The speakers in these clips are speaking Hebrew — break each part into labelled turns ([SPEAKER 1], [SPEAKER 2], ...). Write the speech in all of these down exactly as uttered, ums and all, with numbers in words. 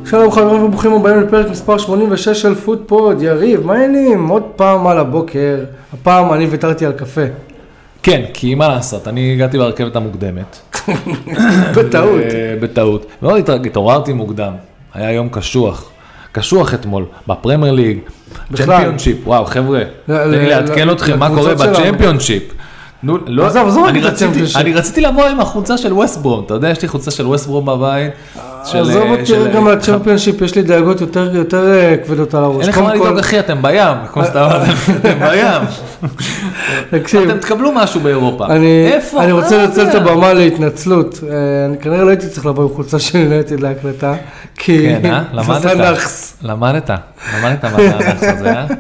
[SPEAKER 1] שלום חברים וברוכים הבאים לפרק מספר שמונים ושש של פוטפוד. יריב, מה העניינים? עוד פעם על הבוקר, הפעם אני ויתרתי על קפה.
[SPEAKER 2] כן, כי מה לעשות, אני הגעתי ברכבת המוקדמת.
[SPEAKER 1] בטעות.
[SPEAKER 2] בטעות. מאוד התעוררתי מוקדם, היה יום קשוח. קשוח אתמול, בפרמייר ליג, צ'מפיונשיפ, וואו חבר'ה, תן לי לעדכן אתכם מה קורה בצ'מפיונשיפ. נו, לא, אני רציתי לבוא עם החולצה של ווסטברום, אתה יודע, יש לי חולצה של ווסטברום בבית.
[SPEAKER 1] עזוב אותי גם על הצ'מפיונשיפ, יש לי דאגות יותר כבדות על הראש.
[SPEAKER 2] אין לך מה לדאוג אחי, אתם בים, כמו שאתה אמרת, אתם בים. אתם תקבלו משהו באירופה.
[SPEAKER 1] אני רוצה לנצל את הבמה להתנצלות, אני כנראה לא הייתי צריך לבוא עם חולצה של יונייטד להקלטה, כי זה נחס.
[SPEAKER 2] למדת, למדת מה זה הנחס הזה, אה?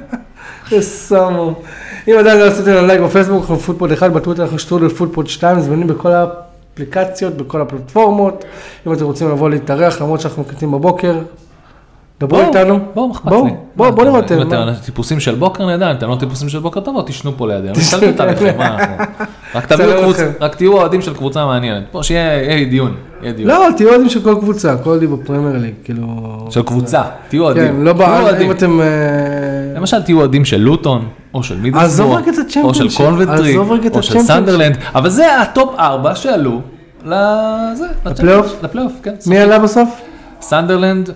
[SPEAKER 1] שמו. אם עדיין לא עשיתם לנו לייק בפייסבוק, אנחנו פוטפוד אחד, בטוויטר אנחנו שטרודל פוטפוד שתיים, זמינים בכל האפליקציות, בכל הפלטפורמות. אם אתם רוצים לבוא להתארח, למרות שאנחנו מקליטים בבוקר, דברו איתנו.
[SPEAKER 2] בואו, מחפש לי.
[SPEAKER 1] בואו, בואו נמתן.
[SPEAKER 2] אם אתם טיפוסים של בוקר נדע, אם אתם לא טיפוסים של בוקר טוב, תשנו פה לידינו. נשאלתי אותה לכם, מה אנחנו? רק תהיו אוהדים של קבוצה מעניינת. פה שיהיה דיון.
[SPEAKER 1] לא, תהיו אוהדים של כל קבוצה, כל אוהדים בפרמייר ליג, כאילו...
[SPEAKER 2] של קבוצה, תהיו אוהדים.
[SPEAKER 1] כן, לא בעד, אם אתם...
[SPEAKER 2] למשל, תהיו אוהדים של לוטון, או של מידלסבורו, או של קונבנטרי, או של סנדרלנד, אבל זה הטופ ארבע שעלו
[SPEAKER 1] לפלייאוף?
[SPEAKER 2] לפלייאוף, כן.
[SPEAKER 1] מי עלה בסוף?
[SPEAKER 2] סנדרלנד,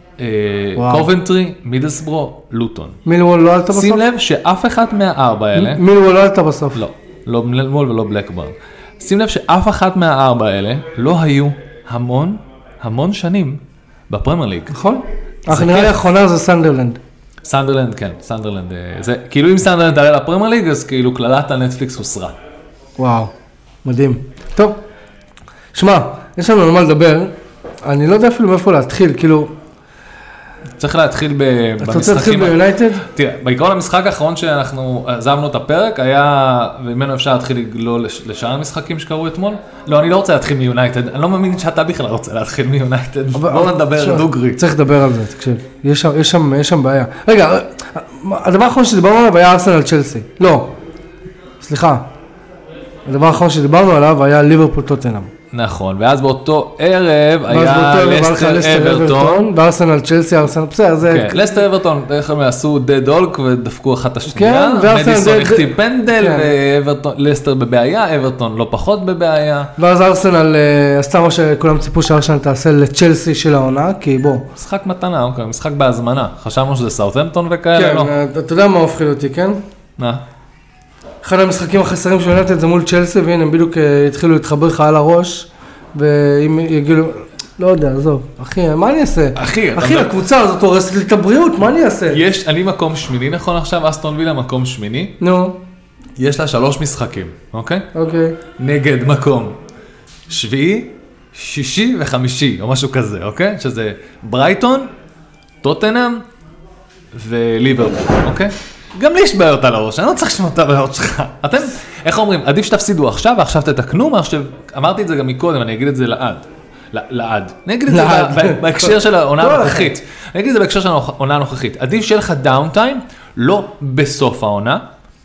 [SPEAKER 2] קונבנטרי, מידלסבורו, לוטון.
[SPEAKER 1] מילוול לא עלתה בסוף?
[SPEAKER 2] שים לב שאף אחת מהארבע האלה...
[SPEAKER 1] מילוול לא עלתה בסוף.
[SPEAKER 2] לא, לא מילוול ולא בלקברן. שים לב שאף אחת מהארבע האלה לא היו המון, המון שנים בפרמייר ליג.
[SPEAKER 1] נכון. אך נראה לי האחרונה זה סנדרלנד.
[SPEAKER 2] סנדרלנד, כן, סנדרלנד. זה, כאילו אם סנדרלנד תעלה לפרמייר ליג, אז כאילו כללת הנטפליקס הוסרה.
[SPEAKER 1] וואו, מדהים. טוב, שמע, יש לנו על מה לדבר. אני לא יודע אפילו מאיפה להתחיל, כאילו...
[SPEAKER 2] צריך להתחיל במשחקים...
[SPEAKER 1] אתה רוצה להתחיל ביונייטד?
[SPEAKER 2] תראה, בעיקרון המשחק האחרון שאנחנו עזבנו את הפרק, היה, וממנו אפשר להתחיל לגלול לשאר המשחקים שקרו אתמול. לא, אני לא רוצה להתחיל מיונייטד, אני לא מאמין שאתה בכלל רוצה להתחיל מיונייטד. בואו נדבר דוגרי.
[SPEAKER 1] צריך לדבר על זה, תקשיב. יש שם, יש שם בעיה. רגע, הדבר האחרון שדיברנו עליו היה ארסנל צ'לסי. לא, סליחה. הדבר האחרון שדיברנו עליו היה ליברפול טוטנהאם.
[SPEAKER 2] נכון, ואז באותו ערב היה לסטר אברטון,
[SPEAKER 1] וארסנל צ'לסי, ארסנל בסדר, זה...
[SPEAKER 2] לסטר אברטון, דרך כלל עשו דד הולק ודפקו אחת השנייה, מדיסון הכתיב פנדל, ולסטר בבעיה, אברטון לא פחות בבעיה.
[SPEAKER 1] ואז ארסנל עשתה מה שכולם ציפו שארסנל תעשה לצ'לסי של העונה, כי בוא.
[SPEAKER 2] משחק מתנה, אוקיי, משחק בהזמנה, חשבנו שזה סאות'המפטון וכאלה, לא?
[SPEAKER 1] כן, אתה יודע מה מפחיד אותי, כן?
[SPEAKER 2] מה?
[SPEAKER 1] אחד המשחקים החסרים של יונייטד זה מול צ'לסי, והנה הם בדיוק התחילו להתחבר לך על הראש, ואם יגידו, לא יודע, עזוב, אחי, מה אני אעשה?
[SPEAKER 2] אחי,
[SPEAKER 1] אחי, הקבוצה הזאת הורסת לי את הבריאות, מה אני אעשה?
[SPEAKER 2] יש, אני מקום שמיני נכון עכשיו, אסטון וילה מקום שמיני.
[SPEAKER 1] נו.
[SPEAKER 2] יש לה שלוש משחקים, אוקיי?
[SPEAKER 1] אוקיי.
[SPEAKER 2] נגד מקום שביעי, שישי וחמישי, או משהו כזה, אוקיי? שזה ברייטון, טוטנהאם וליברפול, אוקיי? גם לי יש בעיות על הראש, אני לא צריך לשמוע את הבעיות שלך. אתם, איך אומרים, עדיף שתפסידו עכשיו, ועכשיו תתקנו, מה עכשיו, אמרתי את זה גם מקודם, אני אגיד את זה לעד. לעד. אני אגיד את זה בהקשר של העונה הנוכחית. אני אגיד את זה בהקשר של העונה הנוכחית. עדיף שיהיה לך דאון טיים, לא בסוף העונה,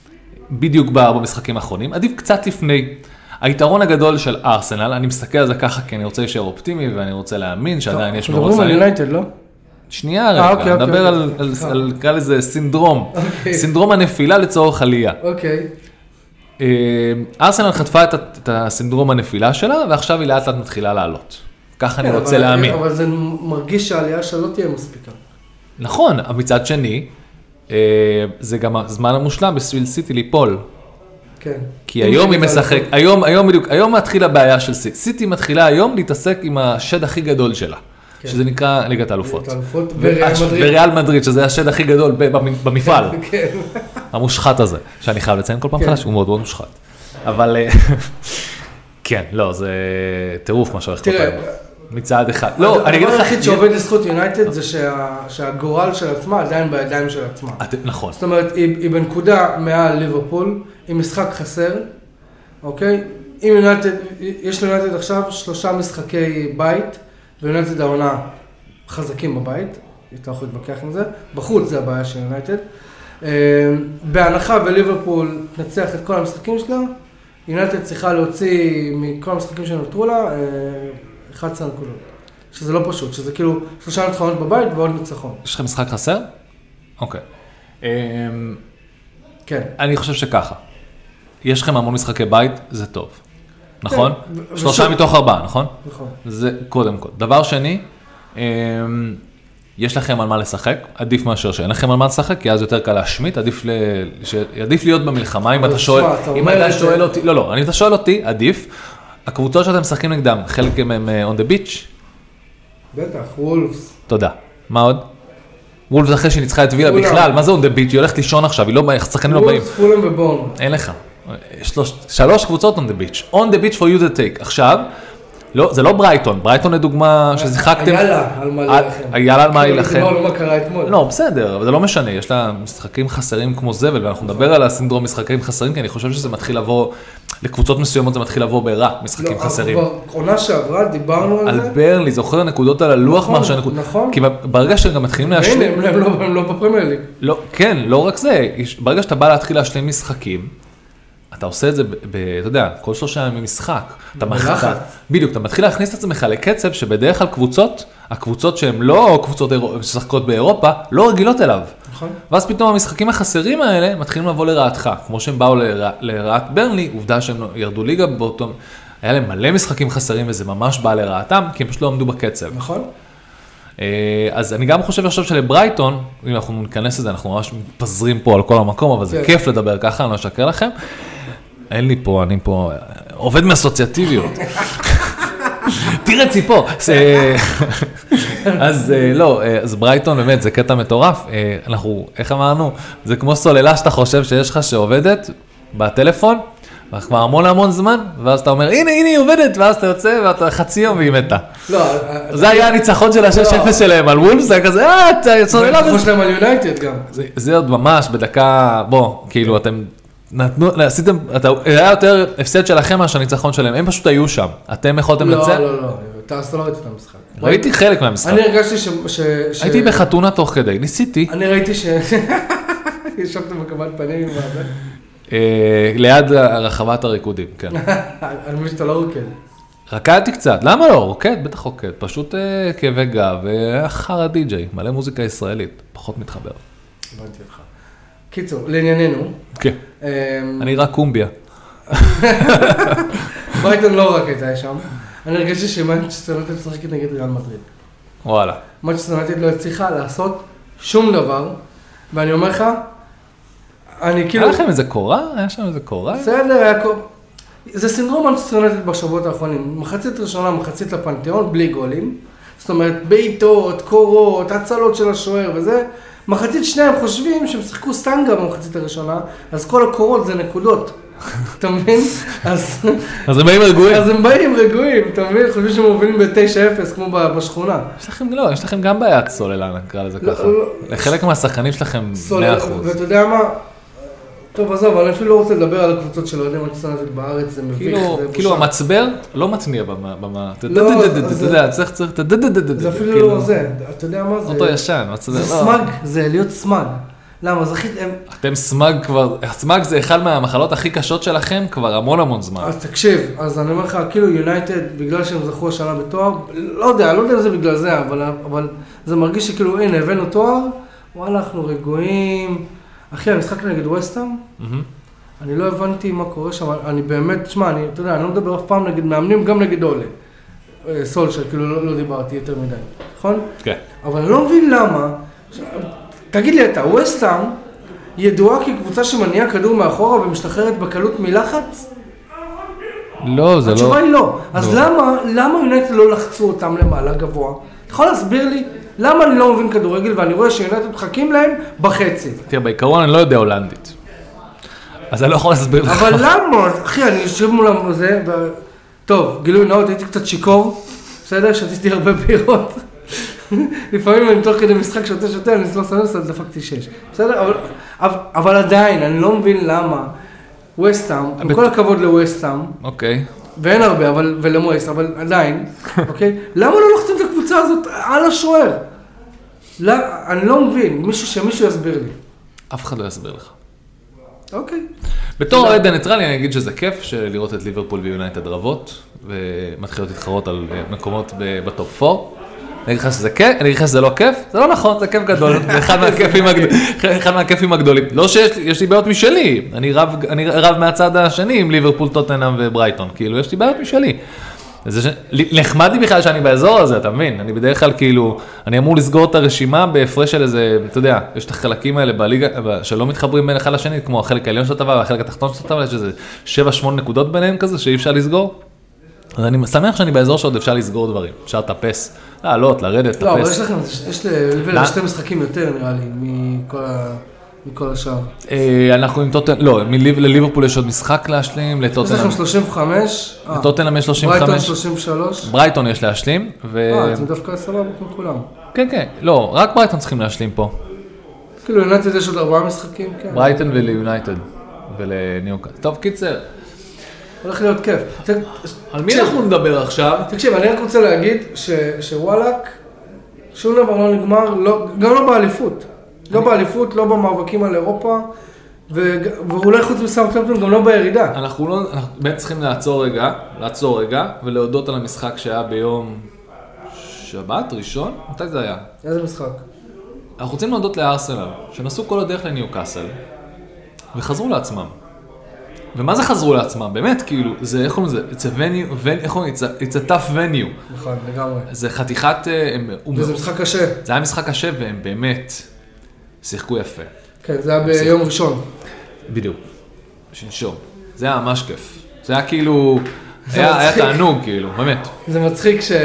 [SPEAKER 2] בדיוק בארבע משחקים האחרונים, עדיף קצת לפני. היתרון הגדול של ארסנל, אני מסתכל על זה ככה, כי אני רוצה להישאר אופטימי, ואני רוצה להאמין שעדיין יש מרוץ.
[SPEAKER 1] מדברים על יונייטד, לא?
[SPEAKER 2] שנייה רגע, נדבר על, קרא לזה סינדרום, סינדרום הנפילה לצורך עלייה.
[SPEAKER 1] אוקיי.
[SPEAKER 2] ארסנל חטפה את הסינדרום הנפילה שלה, ועכשיו היא לאט לאט מתחילה לעלות. ככה אני רוצה להאמין.
[SPEAKER 1] אבל זה מרגיש שהעלייה שלה לא תהיה מספיקה.
[SPEAKER 2] נכון, אבל מצד שני, זה גם הזמן המושלם בשביל סיטי ליפול.
[SPEAKER 1] כן.
[SPEAKER 2] כי היום היא משחק, היום, היום בדיוק, היום מתחילה הבעיה של סיטי. סיטי מתחילה היום להתעסק עם השד הכי גדול שלה. שזה נקרא ליגת האלופות. וריאל מדריד, שזה השד הכי גדול במפעל. המושחת הזה, שאני חייב לציין כל פעם חדש, הוא מאוד מאוד מושחת. אבל, כן, לא, זה טירוף מה שהולך אותנו. מצד אחד. לא, אני אגיד לך...
[SPEAKER 1] הדבר היחיד שעובד לזכות יונייטד זה שהגורל של עצמה עדיין בידיים של עצמה.
[SPEAKER 2] נכון.
[SPEAKER 1] זאת אומרת, היא בנקודה מעל ליברפול, היא משחק חסר, אוקיי? אם יונייטד, יש ליונייטד עכשיו שלושה משחקי בית, ויונייטד העונה חזקים בבית, אתה יכול להתווכח עם זה, בחוץ זה הבעיה של יונייטד. בהנחה וליברפול תנצח את כל המשחקים שלה, יונייטד צריכה להוציא מכל המשחקים שנותרו לה, אחת עשרה נקודות. שזה לא פשוט, שזה כאילו שלושה ניצחונות בבית ועוד ניצחון.
[SPEAKER 2] יש לכם משחק חסר? אוקיי.
[SPEAKER 1] כן.
[SPEAKER 2] אני חושב שככה. יש לכם המון משחקי בית, זה טוב. נכון? שלושה מתוך ארבעה, נכון?
[SPEAKER 1] נכון.
[SPEAKER 2] זה קודם כל. דבר שני, יש לכם על מה לשחק, עדיף מאשר שאין לכם על מה לשחק, כי אז יותר קל להשמיט, עדיף, ל... עדיף להיות במלחמה, אם אתה שואל, אם אתה שואל אותי, לא, לא, אם אתה שואל אותי, עדיף, הקבוצות שאתם משחקים נגדם, חלק הם on the beach?
[SPEAKER 1] בטח, וולפס.
[SPEAKER 2] תודה. מה עוד? וולפס אחרי שהיא ניצחה את וילה בכלל, מה זה on the beach? היא הולכת לישון עכשיו, היא לא באה, שחקנים לא באים.
[SPEAKER 1] וולפס, פולאם ובורנמות'.
[SPEAKER 2] אין לך. שלוש קבוצות on the beach. on the beach for you to take. עכשיו, לא, זה לא ברייטון, ברייטון לדוגמה ששיחקתם...
[SPEAKER 1] איילה על מה להילחם.
[SPEAKER 2] איילה על מה להילחם.
[SPEAKER 1] כאילו מה קרה אתמול.
[SPEAKER 2] לא, בסדר, אבל זה לא משנה, יש לה משחקים חסרים כמו זבל, ואנחנו נדבר על הסינדרום משחקים חסרים, כי אני חושב שזה מתחיל לבוא, לקבוצות מסוימות זה מתחיל לבוא ברע, משחקים חסרים.
[SPEAKER 1] לא, עונה שעברה, דיברנו על זה.
[SPEAKER 2] על ברלי, זוכר הנקודות על הלוח מה שהנקודות.
[SPEAKER 1] נכון.
[SPEAKER 2] כי ברגע שגם מתחילים להשלים...
[SPEAKER 1] והנה, הם לא בפרמייר ליג.
[SPEAKER 2] לא, כן, לא רק זה, ברגע שאתה בא להתחיל להשלים משחקים, אתה עושה את זה, אתה יודע, כל שלושה ימים משחק.
[SPEAKER 1] בלחץ.
[SPEAKER 2] בדיוק, אתה מתחיל להכניס את עצמך לקצב שבדרך כלל קבוצות, הקבוצות שהן לא קבוצות ששחקות באירופה, לא רגילות אליו.
[SPEAKER 1] נכון.
[SPEAKER 2] ואז פתאום המשחקים החסרים האלה מתחילים לבוא לרעתך. כמו שהם באו לרעת ברנלי, עובדה שהם ירדו ליגה באותו... היה להם מלא משחקים חסרים וזה ממש בא לרעתם, כי הם פשוט לא עמדו בקצב.
[SPEAKER 1] נכון.
[SPEAKER 2] אז אני גם חושב עכשיו שלברייטון, אם אנחנו ניכנס לזה, אנחנו ממש מתפזרים פה על כל המקום, אבל זה כיף לדבר ככה, אני לא אשקר לכם. אין לי פה, אני פה, עובד מאסוציאטיביות. תראה ציפו. אז לא, אז ברייטון באמת, זה קטע מטורף. אנחנו, איך אמרנו? זה כמו סוללה שאתה חושב שיש לך שעובדת בטלפון, כבר המון המון זמן, ואז אתה אומר, הנה, הנה, היא עובדת, ואז אתה יוצא, ואתה חצי יום והיא מתה.
[SPEAKER 1] לא,
[SPEAKER 2] זה היה הניצחון של ה-שש אפס שלהם על וולפס, זה היה כזה, אה, אתה סוללה.
[SPEAKER 1] זה שלהם על יונייטד גם.
[SPEAKER 2] זה עוד ממש בדקה, בוא, כאילו, אתם נתנו, עשיתם, היה יותר הפסד שלכם מאשר הניצחון שלהם, הם פשוט היו שם. אתם יכולתם לצאת?
[SPEAKER 1] לא, לא, לא, אתה לא ראיתי את המשחק.
[SPEAKER 2] ראיתי חלק מהמשחק.
[SPEAKER 1] אני הרגשתי ש...
[SPEAKER 2] הייתי בחתונה תוך כדי, ניסיתי.
[SPEAKER 1] אני ראיתי ש... ישבתם בקבלת פנים עם הזה.
[SPEAKER 2] ליד רחבת הריקודים, כן.
[SPEAKER 1] אני מבין שאתה לא רוקד.
[SPEAKER 2] רקדתי קצת, למה לא? רוקד, בטח רוקד. פשוט כאבי גב, ואחר הדי-ג'יי, מלא מוזיקה ישראלית, פחות מתחבר.
[SPEAKER 1] הבנתי אותך. קיצור, לענייננו.
[SPEAKER 2] כן. אני רק קומביה.
[SPEAKER 1] ברייטון לא רק הייתה שם. אני הרגשתי שמנצ'סטר יונייטד משחקת נגד ריאל מדריד.
[SPEAKER 2] וואלה.
[SPEAKER 1] מנצ'סטר יונייטד לא הצליחה לעשות שום דבר, ואני אומר לך, אני כאילו...
[SPEAKER 2] היה לכם איזה קורה? היה שם איזה קורה?
[SPEAKER 1] בסדר, היה קורה. זה סינדרום מנצ'סטר יונייטד בשבועות האחרונים. מחצית ראשונה, מחצית לפנתיאון, בלי גולים. זאת אומרת, בעיטות, קורות, הצלות של השוער וזה. מחצית שניהם חושבים שהם שיחקו סטנגה במחצית הראשונה, אז כל הקורות זה נקודות. אתה מבין? אז
[SPEAKER 2] הם באים רגועים.
[SPEAKER 1] אז הם באים רגועים, אתה מבין? חושבים שהם מובילים ב-תשע אפס כמו בשכונה.
[SPEAKER 2] יש לכם, לא, יש לכם גם בעיית סוללה, נקרא לזה ככה. לחלק מהשחקנים שלכם מאה אחוז.
[SPEAKER 1] ואתה יודע מה? טוב, עזוב, אני אפילו לא רוצה לדבר על הקבוצות של אוהדי מנצ'סטר יונייטד בארץ, זה מביך.
[SPEAKER 2] כאילו המצבר לא מתניע במה.
[SPEAKER 1] לא,
[SPEAKER 2] צריך, צריך,
[SPEAKER 1] זה אפילו לא זה, אתה יודע מה זה?
[SPEAKER 2] אותו ישן, מצבר.
[SPEAKER 1] זה סמג, זה להיות סמג. למה? זכית...
[SPEAKER 2] אתם סמג כבר, הסמג זה אחד מהמחלות הכי קשות שלכם כבר המון המון זמן.
[SPEAKER 1] אז תקשיב, אז אני אומר לך, כאילו יונייטד, בגלל שהם זכו השנה בתואר, לא יודע, לא יודע אם זה בגלל זה, אבל זה מרגיש שכאילו, הנה, הבאנו תואר, וואלה, אנחנו רגועים. אחי, המשחק נגד ווסטהאם, אני לא הבנתי מה קורה שם, אני באמת, תשמע, אני, אתה יודע, אני לא מדבר אף פעם נגד מאמנים, גם נגד אולה. סולשר, כאילו לא דיברתי יותר מדי, נכון?
[SPEAKER 2] כן.
[SPEAKER 1] אבל אני לא מבין למה, תגיד לי אתה, ווסטהאם ידועה כקבוצה שמניעה כדור מאחורה ומשתחררת בקלות מלחץ?
[SPEAKER 2] לא, זה לא.
[SPEAKER 1] התשובה היא לא. אז למה, למה יונייטד לא לחצו אותם למעלה גבוה? אתה יכול להסביר לי למה אני לא מבין כדורגל ואני רואה שיונייטד מחכים להם בחצי?
[SPEAKER 2] תראה, בעיקרון אני לא יודע הולנדית. אז אני לא יכול להסביר לך.
[SPEAKER 1] אבל למה? אחי, אני יושב מולם בזה, טוב, גילוי נאות, הייתי קצת שיקור, בסדר? שתיתי הרבה בירות. לפעמים אני תוך כדי משחק שותה שותה, אני לא שם לסד, דפקתי שש. בסדר? אבל, אבל עדיין, אני לא מבין למה ווסטהאם, עם כל הכבוד לווסטהאם,
[SPEAKER 2] אוקיי.
[SPEAKER 1] ואין הרבה, אבל, ולמויס, אבל עדיין, אוקיי? למה לא לוחצים את הקבוצה הזאת על השוער? לא, אני לא מבין, מישהו שמישהו יסביר לי.
[SPEAKER 2] אף אחד לא יסביר לך.
[SPEAKER 1] אוקיי.
[SPEAKER 2] בתור אוהד ניטרלי אני אגיד שזה כיף לראות את ליברפול ויונייטד רבות, ומתחילות להתחרות על מקומות בטופ ארבע. אני אגיד לך שזה כיף, אני אגיד לך שזה לא כיף, זה לא נכון, זה כיף גדול, זה אחד מהכיפים הגדולים. לא שיש לי בעיות משלי, אני רב מהצד השני עם ליברפול, טוטנהאם וברייטון, כאילו, יש לי בעיות משלי. נחמד לי בכלל שאני באזור הזה, אתה מבין? אני בדרך כלל כאילו, אני אמור לסגור את הרשימה בהפרש של איזה, אתה יודע, יש את החלקים האלה בליגה, שלא מתחברים בין אחד לשני, כמו החלק העליון של הטבלה והחלק התחתון של הטבלה, יש איזה שבע שמונה נקודות ביניהם כזה, שאי אפשר לסגור. אז אני שמח שאני באזור שעוד אפשר לסגור דברים, אפשר לטפס, לעלות, לרדת, לטפס.
[SPEAKER 1] לא, אבל יש לכם, יש לשתי משחקים יותר נראה לי, מכל ה... מכל השאר.
[SPEAKER 2] אנחנו עם טוטנהאם, לא, לליברפול יש עוד משחק להשלים, לטוטנהאם.
[SPEAKER 1] יש לכם שלושים וחמש.
[SPEAKER 2] לטוטנהאם יש שלושים וחמש.
[SPEAKER 1] ברייטון שלושים ושלוש.
[SPEAKER 2] ברייטון יש להשלים.
[SPEAKER 1] אה, אתם דווקא סבבה כמו כולם.
[SPEAKER 2] כן, כן, לא, רק ברייטון צריכים להשלים פה.
[SPEAKER 1] כאילו, יונייטד יש עוד ארבעה משחקים, כן.
[SPEAKER 2] ברייטון וליונייטד ולניוקאסל. טוב, קיצר.
[SPEAKER 1] הולך להיות כיף.
[SPEAKER 2] על מי אנחנו נדבר עכשיו?
[SPEAKER 1] תקשיב, אני רק רוצה להגיד שוואלק, שום דבר לא נגמר, גם לא באליפות. לא באליפות, לא במאבקים על אירופה, ואולי חוץ מסאות'המפטון גם לא בירידה.
[SPEAKER 2] אנחנו לא, אנחנו באמת צריכים לעצור רגע, לעצור רגע, ולהודות על המשחק שהיה ביום שבת, ראשון, מתי זה היה?
[SPEAKER 1] איזה משחק?
[SPEAKER 2] אנחנו רוצים להודות לארסנל, שנסעו כל הדרך לניוקאסל, וחזרו לעצמם. ומה זה חזרו לעצמם? באמת, כאילו, זה, איך קוראים לזה? It's a venue, איך קוראים? It's a tough venue.
[SPEAKER 1] נכון, לגמרי.
[SPEAKER 2] זה חתיכת...
[SPEAKER 1] וזה משחק קשה.
[SPEAKER 2] זה היה משחק קשה, והם באמת שיחקו יפה.
[SPEAKER 1] כן, זה היה ביום ראשון.
[SPEAKER 2] בדיוק. שינשום. זה היה ממש כיף. זה היה כאילו... היה תענוג, כאילו, באמת.
[SPEAKER 1] זה מצחיק ש...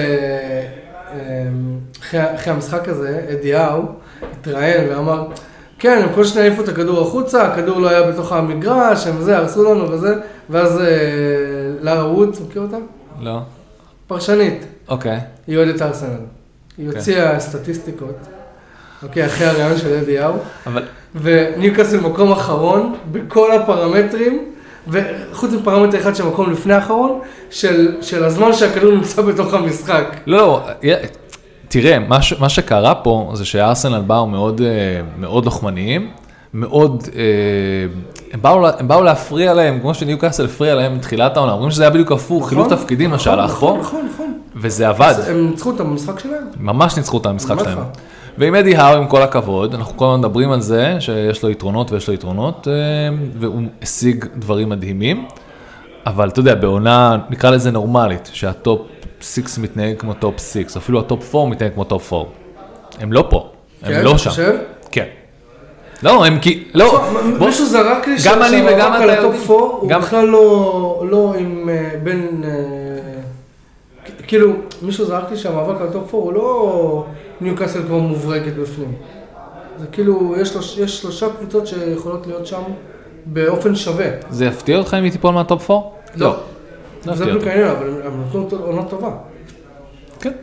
[SPEAKER 1] אחרי המשחק הזה, אדי האו התראיין ואמר, כן, הם כל שניה העיפו את הכדור החוצה, הכדור לא היה בתוך המגרש, הם זה, הרסו לנו וזה, ואז לארה וודס, מכיר אותה?
[SPEAKER 2] לא.
[SPEAKER 1] פרשנית.
[SPEAKER 2] אוקיי.
[SPEAKER 1] היא אוהדת ארסנל. היא הוציאה סטטיסטיקות, אוקיי, אחרי הרעיון של אדי האו, וניוקאסל מקום אחרון בכל הפרמטרים, וחוץ מפרמטר אחד של מקום לפני האחרון, של הזמן שהכדור נמצא בתוך המשחק.
[SPEAKER 2] לא, תראה, מה שקרה פה זה שהארסנל באו מאוד, מאוד לוחמניים, מאוד, הם באו להפריע להם, כמו שניוקאסל הפריע להם בתחילת העונה, אומרים שזה היה בדיוק הפוך, חילוף תפקידים מה שהלך פה,
[SPEAKER 1] נכון, נכון.
[SPEAKER 2] וזה עבד.
[SPEAKER 1] הם ניצחו אותם במשחק שלהם?
[SPEAKER 2] ממש ניצחו אותם במשחק שלהם. ועם אדי האו, עם כל הכבוד, אנחנו כל הזמן מדברים על זה, שיש לו יתרונות ויש לו יתרונות, והוא השיג דברים מדהימים, אבל אתה יודע, בעונה, נקרא לזה נורמלית, שהטופ שש מתנהג כמו טופ שש, אפילו הטופ ארבע מתנהג כמו טופ ארבע. הם לא פה, הם לא שם.
[SPEAKER 1] כן, אתה חושב?
[SPEAKER 2] כן. לא, הם כי, לא.
[SPEAKER 1] מישהו זרק לי
[SPEAKER 2] גם אני וגם אתה יודעים.
[SPEAKER 1] הטופ ארבע הוא בכלל לא עם בין, כאילו, מישהו זרק לי שהמאבק על הטופ ארבע הוא לא ניוקאסל כמו מוברקת בפנים. זה כאילו, יש שלושה קבוצות שיכולות להיות שם באופן שווה.
[SPEAKER 2] זה יפתיע אותך אם היא תיפול מהטופ ארבע?
[SPEAKER 1] לא. זה בדיוק העניין, אבל הם נתנו עונה טובה. כן.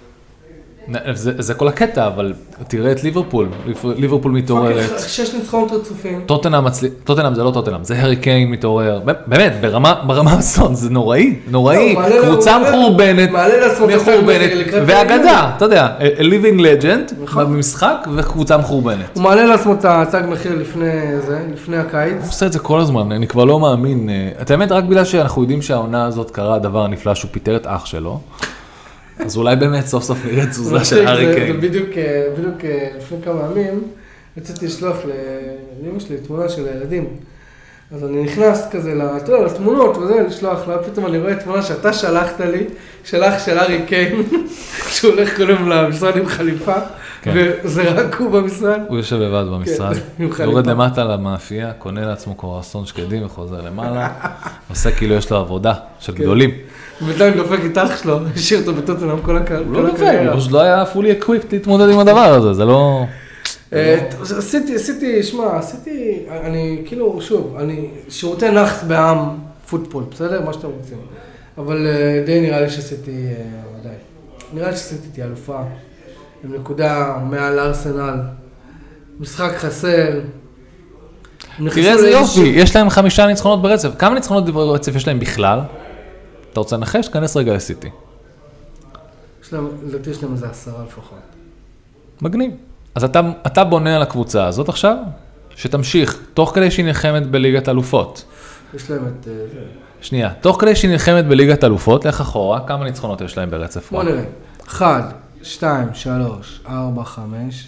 [SPEAKER 2] זה כל הקטע, אבל תראה את ליברפול, ליברפול מתעוררת.
[SPEAKER 1] שש ניצחונות רצופים.
[SPEAKER 2] טוטנהאם זה לא טוטנהאם, זה הארי קיין מתעורר. באמת, ברמה אסון, זה נוראי, נוראי. קבוצה מחורבנת, מחורבנת, והאגדה, אתה יודע, a living legend במשחק וקבוצה מחורבנת.
[SPEAKER 1] הוא מעלה לעצמו את הצג מחיר לפני זה, לפני הקיץ.
[SPEAKER 2] הוא עושה את זה כל הזמן, אני כבר לא מאמין. את האמת, רק בגלל שאנחנו יודעים שהעונה הזאת קרה הדבר הנפלא שהוא פיטר את אח שלו. אז אולי באמת סוף סוף נראה תזוזה של הארי קיין.
[SPEAKER 1] זה בדיוק, בדיוק לפני כמה ימים, רציתי לשלוח לאמא שלי תמונה של הילדים. אז אני נכנס כזה לתמונות וזה, לשלוח לה, פתאום אני רואה תמונה שאתה שלחת לי, שלח של הארי קיין, שהוא הולך כל יום למשרד עם חליפה, וזה רק הוא במשרד.
[SPEAKER 2] הוא יושב לבד במשרד, יורד למטה למאפייה, קונה לעצמו קורסון שקדים וחוזר למעלה, עושה כאילו יש לו עבודה של גדולים.
[SPEAKER 1] ובינתיים דופק את אח שלו, השאיר אותו בטוטנהאם כל הקריירה.
[SPEAKER 2] הוא לא דופק, הוא פשוט לא היה fully equipped להתמודד עם הדבר הזה, זה לא...
[SPEAKER 1] עשיתי, עשיתי, שמע, עשיתי, אני כאילו, שוב, אני שירותי נחס בעם פוטבול, בסדר? מה שאתם רוצים. אבל די נראה לי שעשיתי, די, נראה לי שעשיתי אלופה, עם נקודה מעל ארסנל, משחק חסר.
[SPEAKER 2] תראה איזה יופי, יש להם חמישה ניצחונות ברצף. כמה ניצחונות ברצף יש להם בכלל? אתה רוצה לנחש? כנס רגע לסיטי.
[SPEAKER 1] יש להם, לדעתי יש להם איזה עשרה לפחות.
[SPEAKER 2] מגניב. אז אתה, אתה בונה על הקבוצה הזאת עכשיו, שתמשיך, תוך כדי שהיא נלחמת בליגת אלופות.
[SPEAKER 1] יש להם את...
[SPEAKER 2] שנייה, תוך כדי שהיא נלחמת בליגת אלופות, לך אחורה, כמה ניצחונות יש להם ברצף?
[SPEAKER 1] בוא נראה. אחד, שתיים, שלוש, ארבע, חמש,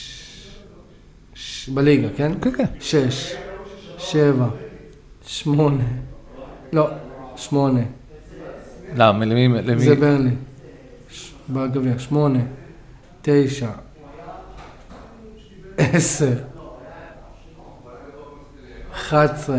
[SPEAKER 1] בליגה, כן?
[SPEAKER 2] כן, כן.
[SPEAKER 1] שש, שבע, שמונה, לא, שמונה.
[SPEAKER 2] למה, למי, למי?
[SPEAKER 1] זה ברלי. בגביע, שמונה, תשע, עשר, אחת עשרה,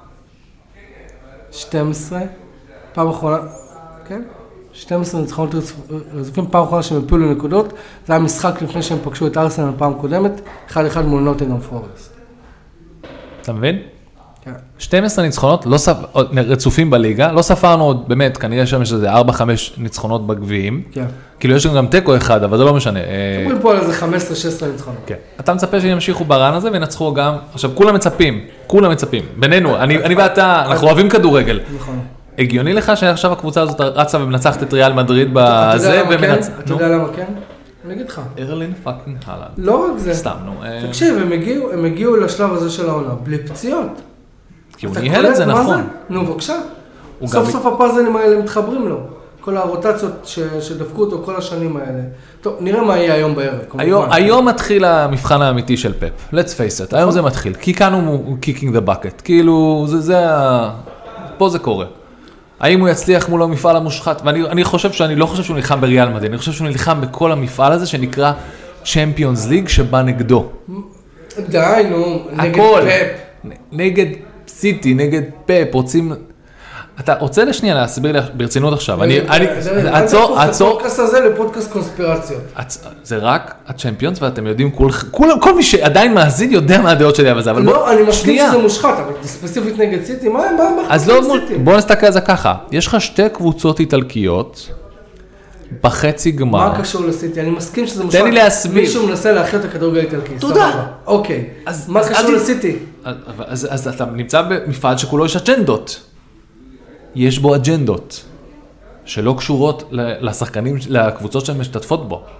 [SPEAKER 1] שתים עשרה, פעם אחרונה, כן? שתים עשרה ניצחונות רצופים, פעם אחרונה שהם הפילו נקודות, זה היה משחק לפני שהם פגשו את ארסנל פעם קודמת, אחד אחד מול נוטינגהאם פורסט.
[SPEAKER 2] אתה מבין?
[SPEAKER 1] כן.
[SPEAKER 2] שתים עשרה ניצחונות, לא ספ... רצופים בליגה, לא ספרנו עוד, באמת, כנראה שם יש איזה ארבע חמש ניצחונות בגביעים.
[SPEAKER 1] כן.
[SPEAKER 2] כאילו יש גם טקו אחד, אבל זה לא משנה.
[SPEAKER 1] אומרים פה על איזה חמש עשרה שש עשרה ניצחונות.
[SPEAKER 2] כן. אתה מצפה שהם ימשיכו ברן הזה וינצחו גם, עכשיו כולם מצפים, כולם מצפים, בינינו, אני, אני ואתה, אנחנו אוהבים כדורגל.
[SPEAKER 1] נכון.
[SPEAKER 2] הגיוני לך שעכשיו הקבוצה הזאת רצה ומנצחת את ריאל מדריד בזה ומנצחת.
[SPEAKER 1] אתה יודע למה כן? אני אגיד לך.
[SPEAKER 2] ארלין פאקינג הלנד.
[SPEAKER 1] לא רק זה.
[SPEAKER 2] סתם, נו.
[SPEAKER 1] תקשיב, הם הגיעו, הם הגיעו לשלב הזה של העונה, בלי פציעות.
[SPEAKER 2] כי הוא ניהל את זה נכון.
[SPEAKER 1] נו, בבקשה. סוף סוף הפאזלים האלה מתחברים לו. כל הרוטציות שדפקו אותו כל השנים האלה. טוב, נראה מה יהיה היום בערב.
[SPEAKER 2] היום מתחיל המבחן האמיתי של פפ. Let's face it. היום זה מתחיל. כי כאן הוא kicking the bucket. כאילו, זה ה... פה זה קורה. האם הוא יצליח מול המפעל המושחת? ואני חושב שאני לא חושב שהוא נלחם בריאל מדריד. אני חושב שהוא נלחם בכל המפעל הזה שנקרא צ'מפיונס ליג שבא נגדו.
[SPEAKER 1] די, נו, נגד פפ.
[SPEAKER 2] נגד סיטי, נגד פפ, רוצים... אתה רוצה לשנייה להסביר לי ברצינות עכשיו, אני... עצור, עצור...
[SPEAKER 1] הפודקאסט הזה לפודקאסט קונספירציות.
[SPEAKER 2] זה רק הצ'מפיונס, ואתם יודעים, כל מי שעדיין מאזין יודע מה הדעות שלי, אבל זה, אבל בוא...
[SPEAKER 1] לא, אני מסכים שזה מושחת, אבל ספציפית נגד סיטי, מה הם בחצי סיטי?
[SPEAKER 2] בוא נסתכל על זה ככה, יש לך שתי קבוצות איטלקיות, בחצי גמר.
[SPEAKER 1] מה קשור לסיטי? אני מסכים שזה מושחת.
[SPEAKER 2] תן לי להסביר.
[SPEAKER 1] מישהו מנסה להכיר את הכדורגל האיטלקי.
[SPEAKER 2] תודה.
[SPEAKER 1] אוקיי, מה קשור לסיטי?
[SPEAKER 2] אז אתה נמצא במפעל שכולו יש אג'נדות. יש בו אג'נדות שלא קשורות לשחקנים, לקבוצות שהן משתתפות בו.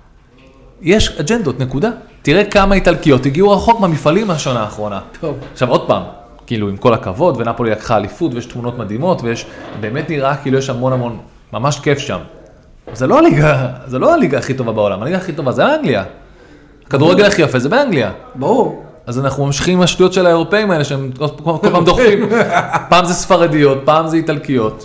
[SPEAKER 2] יש אג'נדות, נקודה. תראה כמה איטלקיות הגיעו רחוק מהמפעלים מהשנה האחרונה.
[SPEAKER 1] טוב.
[SPEAKER 2] עכשיו עוד פעם, כאילו עם כל הכבוד, ונפולי לקחה אליפות, ויש תמונות מדהימות, ויש, באמת נראה כאילו יש המון המון, ממש כיף שם. זה לא הליגה, זה לא הליגה הכי טובה בעולם, הליגה הכי טובה זה אנגליה. הכדורגל הכי יפה זה באנגליה.
[SPEAKER 1] ברור.
[SPEAKER 2] אז אנחנו ממשיכים עם השטויות של האירופאים האלה, שהם כל פעם דוחפים. פעם זה ספרדיות, פעם זה איטלקיות.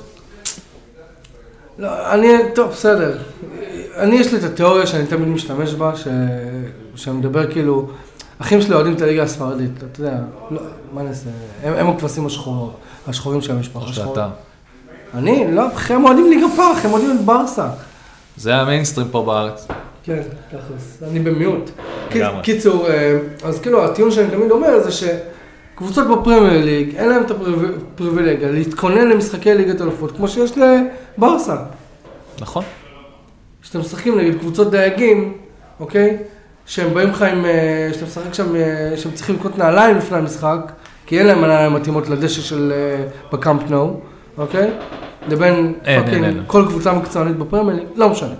[SPEAKER 1] לא, אני, טוב, בסדר. אני, יש לי את התיאוריה שאני תמיד משתמש בה, שאני מדבר כאילו, אחים שלי אוהדים את הליגה הספרדית, אתה יודע, לא, מה נעשה? הם, הם הכבשים השחורות, השחורים של המשפחה השחורות.
[SPEAKER 2] שאתה.
[SPEAKER 1] אני, לא, הם אוהדים ליגה פח, הם אוהדים את ברסה.
[SPEAKER 2] זה המיינסטרים פה בארץ.
[SPEAKER 1] כן, תכלס, אני במיעוט. קיצור, אז כאילו הטיעון שאני תמיד אומר זה שקבוצות בפרמייר ליג, אין להם את הפריבילגיה להתכונן למשחקי ליגת אלופות, כמו שיש לברסה.
[SPEAKER 2] נכון.
[SPEAKER 1] שאתם משחקים נגד קבוצות דייגים, אוקיי? שהם באים לך עם, שאתם משחק שם, שהם צריכים לקנות נעליים לפני המשחק, כי אין להם נעליים מתאימות לדשא של בקאמפ נו, אוקיי? לבין פאקינג כל קבוצה מקצוענית בפרמייר ליג, לא משנה.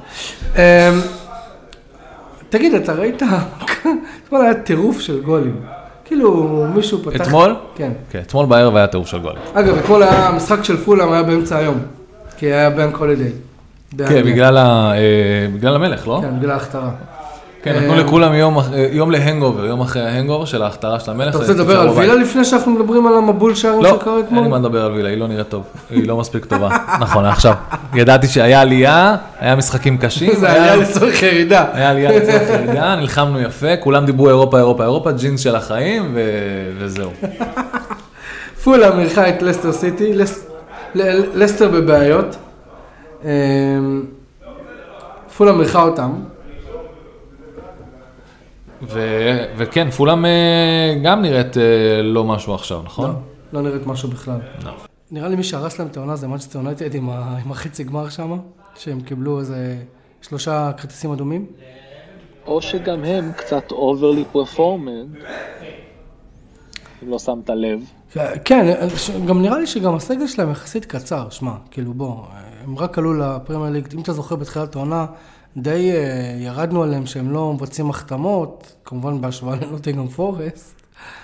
[SPEAKER 1] תגיד, אתה ראית? אתמול היה טירוף של גולים. כאילו, מישהו פתח...
[SPEAKER 2] אתמול?
[SPEAKER 1] כן.
[SPEAKER 2] כן, אתמול בערב היה טירוף של גולים.
[SPEAKER 1] אגב, אתמול היה המשחק של פולאם, היה באמצע היום. כי היה בנק הולידיי.
[SPEAKER 2] כן, בגלל המלך, לא?
[SPEAKER 1] כן, בגלל ההכתרה.
[SPEAKER 2] כן, נתנו לכולם יום להנגובר, יום אחרי ההנגובר של ההכתרה של המלך.
[SPEAKER 1] אתה רוצה לדבר על וילה לפני שאנחנו מדברים על המבול שערים שקרה אתמול?
[SPEAKER 2] לא, אין לי מה לדבר על וילה, היא לא נראית טוב, היא לא מספיק טובה. נכון, עכשיו, ידעתי שהיה עלייה, היה משחקים קשים.
[SPEAKER 1] זה עלייה לצורך ירידה.
[SPEAKER 2] היה עלייה לצורך ירידה, נלחמנו יפה, כולם דיברו אירופה, אירופה, אירופה, ג'ינס של החיים, וזהו.
[SPEAKER 1] פולאם אירחה את לסטר סיטי, לסטר בבעיות. פולאם אירחה אותם.
[SPEAKER 2] וכן, פולאם גם נראית לא משהו עכשיו, נכון?
[SPEAKER 1] לא, לא נראית משהו בכלל. נראה לי מי שהרס להם את העונה זה מנצ'סטר יונייטד עם החצי גמר שם, שהם קיבלו איזה שלושה כרטיסים אדומים.
[SPEAKER 3] או שגם הם קצת overly performant, אם לא שמת לב.
[SPEAKER 1] כן, גם נראה לי שגם הסגל שלהם יחסית קצר, שמע, כאילו בוא, הם רק עלו לפרמייר ליג, אם אתה זוכר בתחילת העונה, די ירדנו עליהם שהם לא מבצעים החתמות, כמובן בהשוואה לנוטינגהאם פורסט,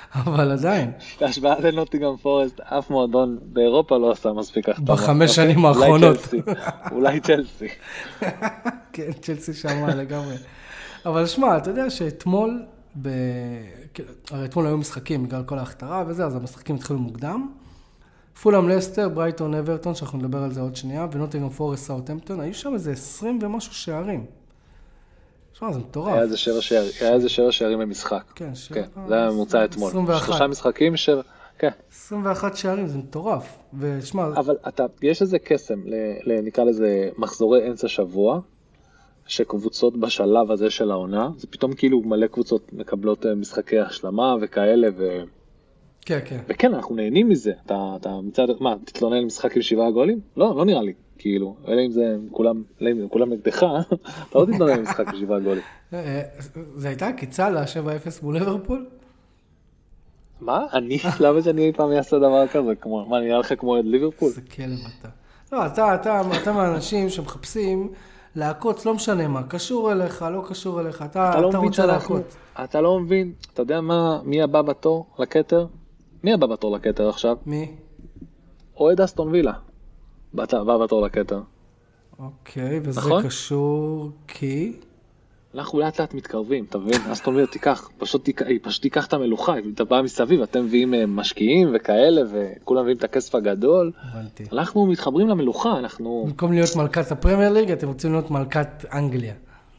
[SPEAKER 1] אבל עדיין.
[SPEAKER 3] בהשוואה לנוטינגהאם פורסט, אף מועדון באירופה לא עשה מספיק החתמה.
[SPEAKER 1] בחמש שנים האחרונות.
[SPEAKER 3] אולי צ'לסי.
[SPEAKER 1] כן, צ'לסי שמה לגמרי. אבל שמע, אתה יודע שאתמול, הרי אתמול היו משחקים בגלל כל ההכתרה וזה, אז המשחקים התחילו מוקדם. פולאם לסטר, ברייטון אברטון, שאנחנו נדבר על זה עוד שנייה, ונוטינגהאם פורסט סאות'המפטון, היו שם איזה עשרים ומשהו שערים. שמע, זה מטורף.
[SPEAKER 3] היה איזה שבע שערים, היה איזה שבע שערים במשחק.
[SPEAKER 1] כן,
[SPEAKER 3] כן, זה היה ממוצע אתמול.
[SPEAKER 1] עשרים ואחת.
[SPEAKER 3] שלושה משחקים ש... כן.
[SPEAKER 1] עשרים ואחת שערים, זה מטורף. ושמע...
[SPEAKER 3] אבל אתה, יש איזה קסם, נקרא לזה מחזורי אמצע שבוע, שקבוצות בשלב הזה של העונה, זה פתאום כאילו מלא קבוצות מקבלות משחקי השלמה וכאלה, ו...
[SPEAKER 1] כן, כן.
[SPEAKER 3] וכן, אנחנו נהנים מזה. אתה, אתה מצד, מה, תתלונן על משחק עם שבעה גולים? לא, לא נראה לי. כאילו, אלא אם זה כולם, אלא אם כולם נגדך, אתה לא תתלונן על משחק עם שבעה גולים.
[SPEAKER 1] זה הייתה קיצה ל-שבע אפס מול ליברפול?
[SPEAKER 3] מה? אני? למה שאני אי פעם אעשה דבר כזה? מה, נראה לך כמו את ליברפול?
[SPEAKER 1] זה כלב אתה. לא, אתה, אתה, אתה מהאנשים שמחפשים לעקוץ, לא משנה מה, קשור אליך, לא קשור אליך, אתה, אתה רוצה לעקוץ.
[SPEAKER 3] אתה לא מבין, אתה יודע מה, מי הבא בתור לקטר? מי הבא בתור לקטר עכשיו?
[SPEAKER 1] מי?
[SPEAKER 3] אוהד אסטון וילה. הבא בתור לקטר.
[SPEAKER 1] אוקיי, וזה קשור כי...
[SPEAKER 3] אנחנו לאט לאט מתקרבים, אתה מבין? אסטון וילה תיקח, פשוט תיקח את המלוכה, אתה בא מסביב, אתם מביאים משקיעים וכאלה, וכולם מביאים את הכסף הגדול. הבנתי. אנחנו מתחברים למלוכה, אנחנו...
[SPEAKER 1] במקום להיות מלכת הפרמייר ליג, אתם רוצים להיות מלכת אנגליה.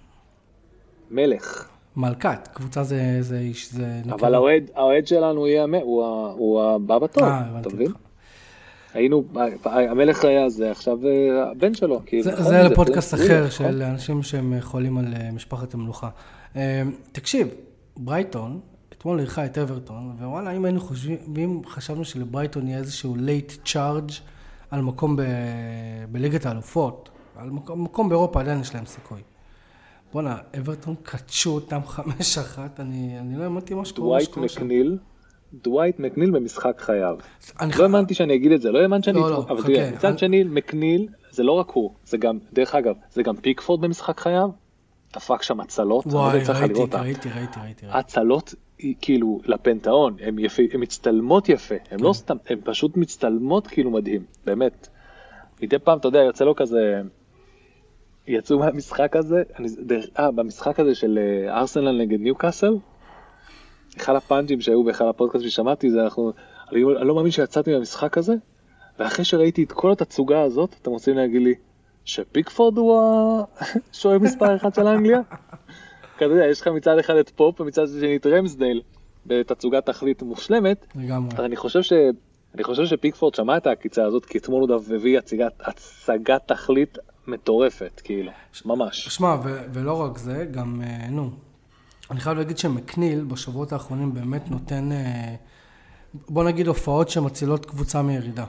[SPEAKER 3] מלך.
[SPEAKER 1] מלכת, קבוצה זה, זה איש, זה...
[SPEAKER 3] אבל האוהד, האוהד שלנו יהיה, הוא, הוא הבא בתור, אתה מבין? היינו, המלך היה זה, עכשיו הבן שלו.
[SPEAKER 1] זה, זה לפודקאסט אחר של אנשים שהם חולים על משפחת המלוכה. תקשיב, ברייטון, אתמול הלכה את אברטון, ווואלה, אם היינו חושבים, ואם חשבנו שלברייטון יהיה איזשהו late charge על מקום ב, בליגת האלופות, על מקום, מקום באירופה עדיין יש להם סיכוי. בוא'נה, אברטון קדשו אותם חמש אחת, אני, אני לא האמנתי מה שקורה.
[SPEAKER 3] דווייט מקניל, דווייט מקניל במשחק חייו. לא האמנתי שאני אגיד את זה, לא האמנתי שאני...
[SPEAKER 1] לא, לא,
[SPEAKER 3] אבל תראה, מצד שני, מקניל, זה לא רק הוא, זה גם, דרך אגב, זה גם פיקפורד במשחק חייו, דפק שם הצלות.
[SPEAKER 1] וואי, ראיתי, ראיתי, ראיתי, ראיתי.
[SPEAKER 3] הצלות, כאילו, לפנטאון, הן מצטלמות יפה, הן לא סתם, הן פשוט מצטלמות כאילו מדהים, באמת. מדי פעם, אתה יודע, יוצא לו כזה... יצאו מהמשחק הזה, אני, אה, במשחק הזה של ארסנל נגד ניוקאסל, אחד הפאנג'ים שהיו באחד הפודקאסט ששמעתי, זה אנחנו, אני, אני לא מאמין שיצאתי מהמשחק הזה, ואחרי שראיתי את כל התצוגה הזאת, אתם רוצים להגיד לי, שפיקפורד הוא השוער מספר אחד של אנגליה? כי אתה יודע, יש לך מצד אחד את פופ, ומצד שני את רמסדייל, בתצוגת תכלית מושלמת, אז אני חושב ש... אני חושב שפיקפורד שמע את העקיצה הזאת, כי אתמול הוא הביא הצגת תכלית מטורפת, כאילו, ממש.
[SPEAKER 1] שמע, ולא רק זה, גם, נו, אני חייב להגיד שמקניל בשבועות האחרונים באמת נותן, בוא נגיד, הופעות שמצילות קבוצה מירידה.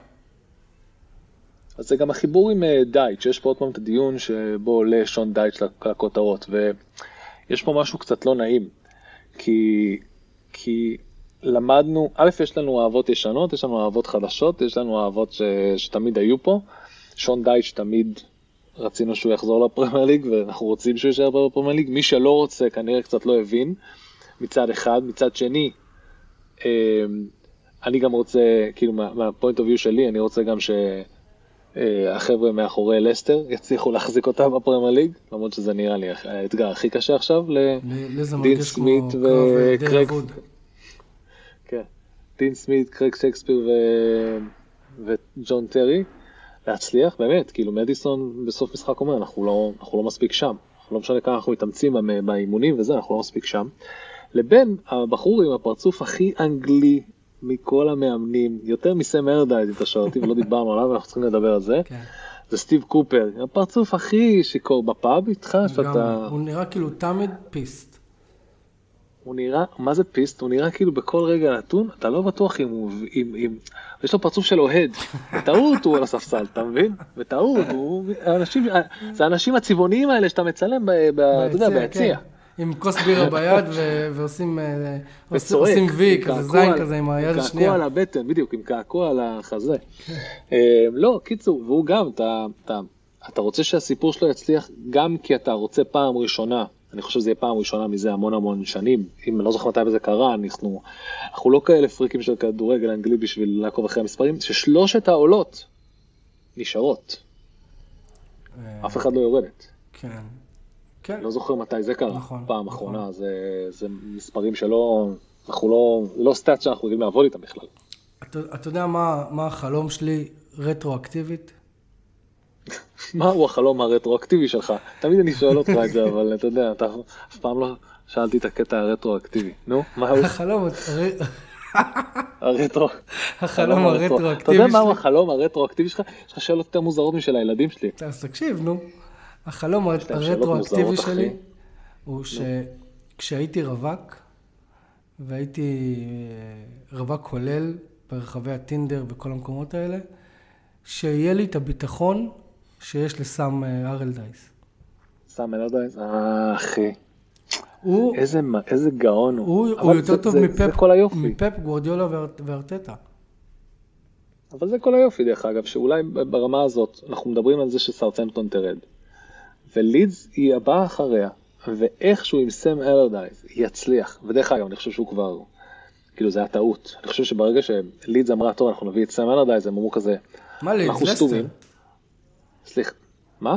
[SPEAKER 3] אז זה גם החיבור עם דייץ', יש פה עוד פעם את הדיון שבו עולה שון דייץ' לכותרות, ויש פה משהו קצת לא נעים, כי, כי למדנו, א', יש לנו אהבות ישנות, יש לנו אהבות חדשות, יש לנו אהבות ש, שתמיד היו פה, שון דייץ' תמיד רצינו שהוא יחזור לפרמייר ליג, ואנחנו רוצים שהוא יישאר בפרמייר ליג, מי שלא רוצה כנראה קצת לא הבין, מצד אחד, מצד שני, אני גם רוצה, כאילו מהפוינט אוף ויו שלי, אני רוצה גם שהחבר'ה מאחורי לסטר יצליחו להחזיק אותם בפרמייר ליג, למרות שזה נראה לי האתגר הכי קשה עכשיו, לדין סמית וקרג, כן, דין סמית, קרג שייקספיר וג'ון טרי, להצליח, באמת, כאילו מדיסון בסוף משחק אומר, אנחנו לא, אנחנו לא מספיק שם, אנחנו לא משנה כמה אנחנו מתאמצים באימונים וזה, אנחנו לא מספיק שם, לבין הבחור עם הפרצוף הכי אנגלי מכל המאמנים, יותר מסם ארדייז, אם אתה שואל אותי, ולא דיברנו עליו, אנחנו צריכים לדבר על זה, זה סטיב קופר, הפרצוף הכי שיקור בפאב איתך, שאתה...
[SPEAKER 1] הוא נראה כאילו תמיד פיסט.
[SPEAKER 3] הוא נראה, מה זה פיסט? הוא נראה כאילו בכל רגע נתון, אתה לא בטוח אם הוא, אם, אם, יש לו פרצוף של אוהד, בטעות הוא על הספסל, אתה מבין? בטעות, הוא, אנשים, זה האנשים הצבעוניים האלה שאתה מצלם, אתה יודע, ביציע.
[SPEAKER 1] עם כוס בירה ביד ועושים, עושים וי, כזה זין כזה עם היד השנייה.
[SPEAKER 3] קעקוע על הבטן, בדיוק, עם קעקוע על החזה. לא, קיצור, והוא גם, אתה רוצה שהסיפור שלו יצליח, גם כי אתה רוצה פעם ראשונה, אני חושב שזה יהיה פעם ראשונה מזה המון המון שנים, אם אני לא זוכר מתי זה קרה, אנחנו, אנחנו לא כאלה פריקים של כדורגל אנגלי בשביל לעקוב אחרי המספרים, ששלושת העולות נשארות. אף אחד לא יורדת.
[SPEAKER 1] כן. כן.
[SPEAKER 3] לא זוכר מתי זה קרה,
[SPEAKER 1] נכון,
[SPEAKER 3] פעם
[SPEAKER 1] נכון.
[SPEAKER 3] אחרונה, זה, זה מספרים שלא, אנחנו לא, לא סטאט שאנחנו יודעים לעבוד איתם בכלל.
[SPEAKER 1] אתה, אתה יודע מה, מה החלום שלי רטרואקטיבית?
[SPEAKER 3] מהו החלום הרטרואקטיבי שלך? תמיד אני שואל אותך את זה, אבל אתה יודע, אתה אף פעם לא שאלתי את הקטע הרטרואקטיבי. נו, מהו?
[SPEAKER 1] החלום
[SPEAKER 3] הרטרו...
[SPEAKER 1] החלום הרטרואקטיבי
[SPEAKER 3] אתה יודע
[SPEAKER 1] שלי.
[SPEAKER 3] מהו החלום הרטרואקטיבי שלך? יש לך שאלות יותר מוזרות משל הילדים שלי.
[SPEAKER 1] אז תקשיב, נו. החלום
[SPEAKER 3] להם שאלות
[SPEAKER 1] הרטרואקטיבי
[SPEAKER 3] מוזרות,
[SPEAKER 1] שלי
[SPEAKER 3] אחי.
[SPEAKER 1] הוא שכשהייתי רווק, והייתי אה, רווק כולל ברחבי הטינדר וכל המקומות האלה, שיהיה לי את הביטחון שיש לסם אה, ארלדייס.
[SPEAKER 3] סם אלרדייס? אה, אחי.
[SPEAKER 1] הוא,
[SPEAKER 3] איזה, מה- איזה גאון הוא.
[SPEAKER 1] הוא,
[SPEAKER 3] אבל
[SPEAKER 1] הוא יותר
[SPEAKER 3] זה-
[SPEAKER 1] טוב
[SPEAKER 3] זה-
[SPEAKER 1] מפפ,
[SPEAKER 3] זה כל היופי.
[SPEAKER 1] מפפ גוורדיולה ואר- וארטטה.
[SPEAKER 3] אבל זה כל היופי דרך אגב, שאולי ברמה הזאת אנחנו מדברים על זה שסאות'המפטון תרד. ולידס היא הבאה אחריה, ואיכשהו עם סם אלרדייס יצליח, ודרך אגב אני חושב שהוא כבר, כאילו זה היה טעות. אני חושב שברגע שלידס אמרה, טוב אנחנו נביא את סם אלרדייס, הם אמרו כזה,
[SPEAKER 1] מה לידס?
[SPEAKER 3] אנחנו
[SPEAKER 1] לסטר.
[SPEAKER 3] סתומים. סליחה, מה?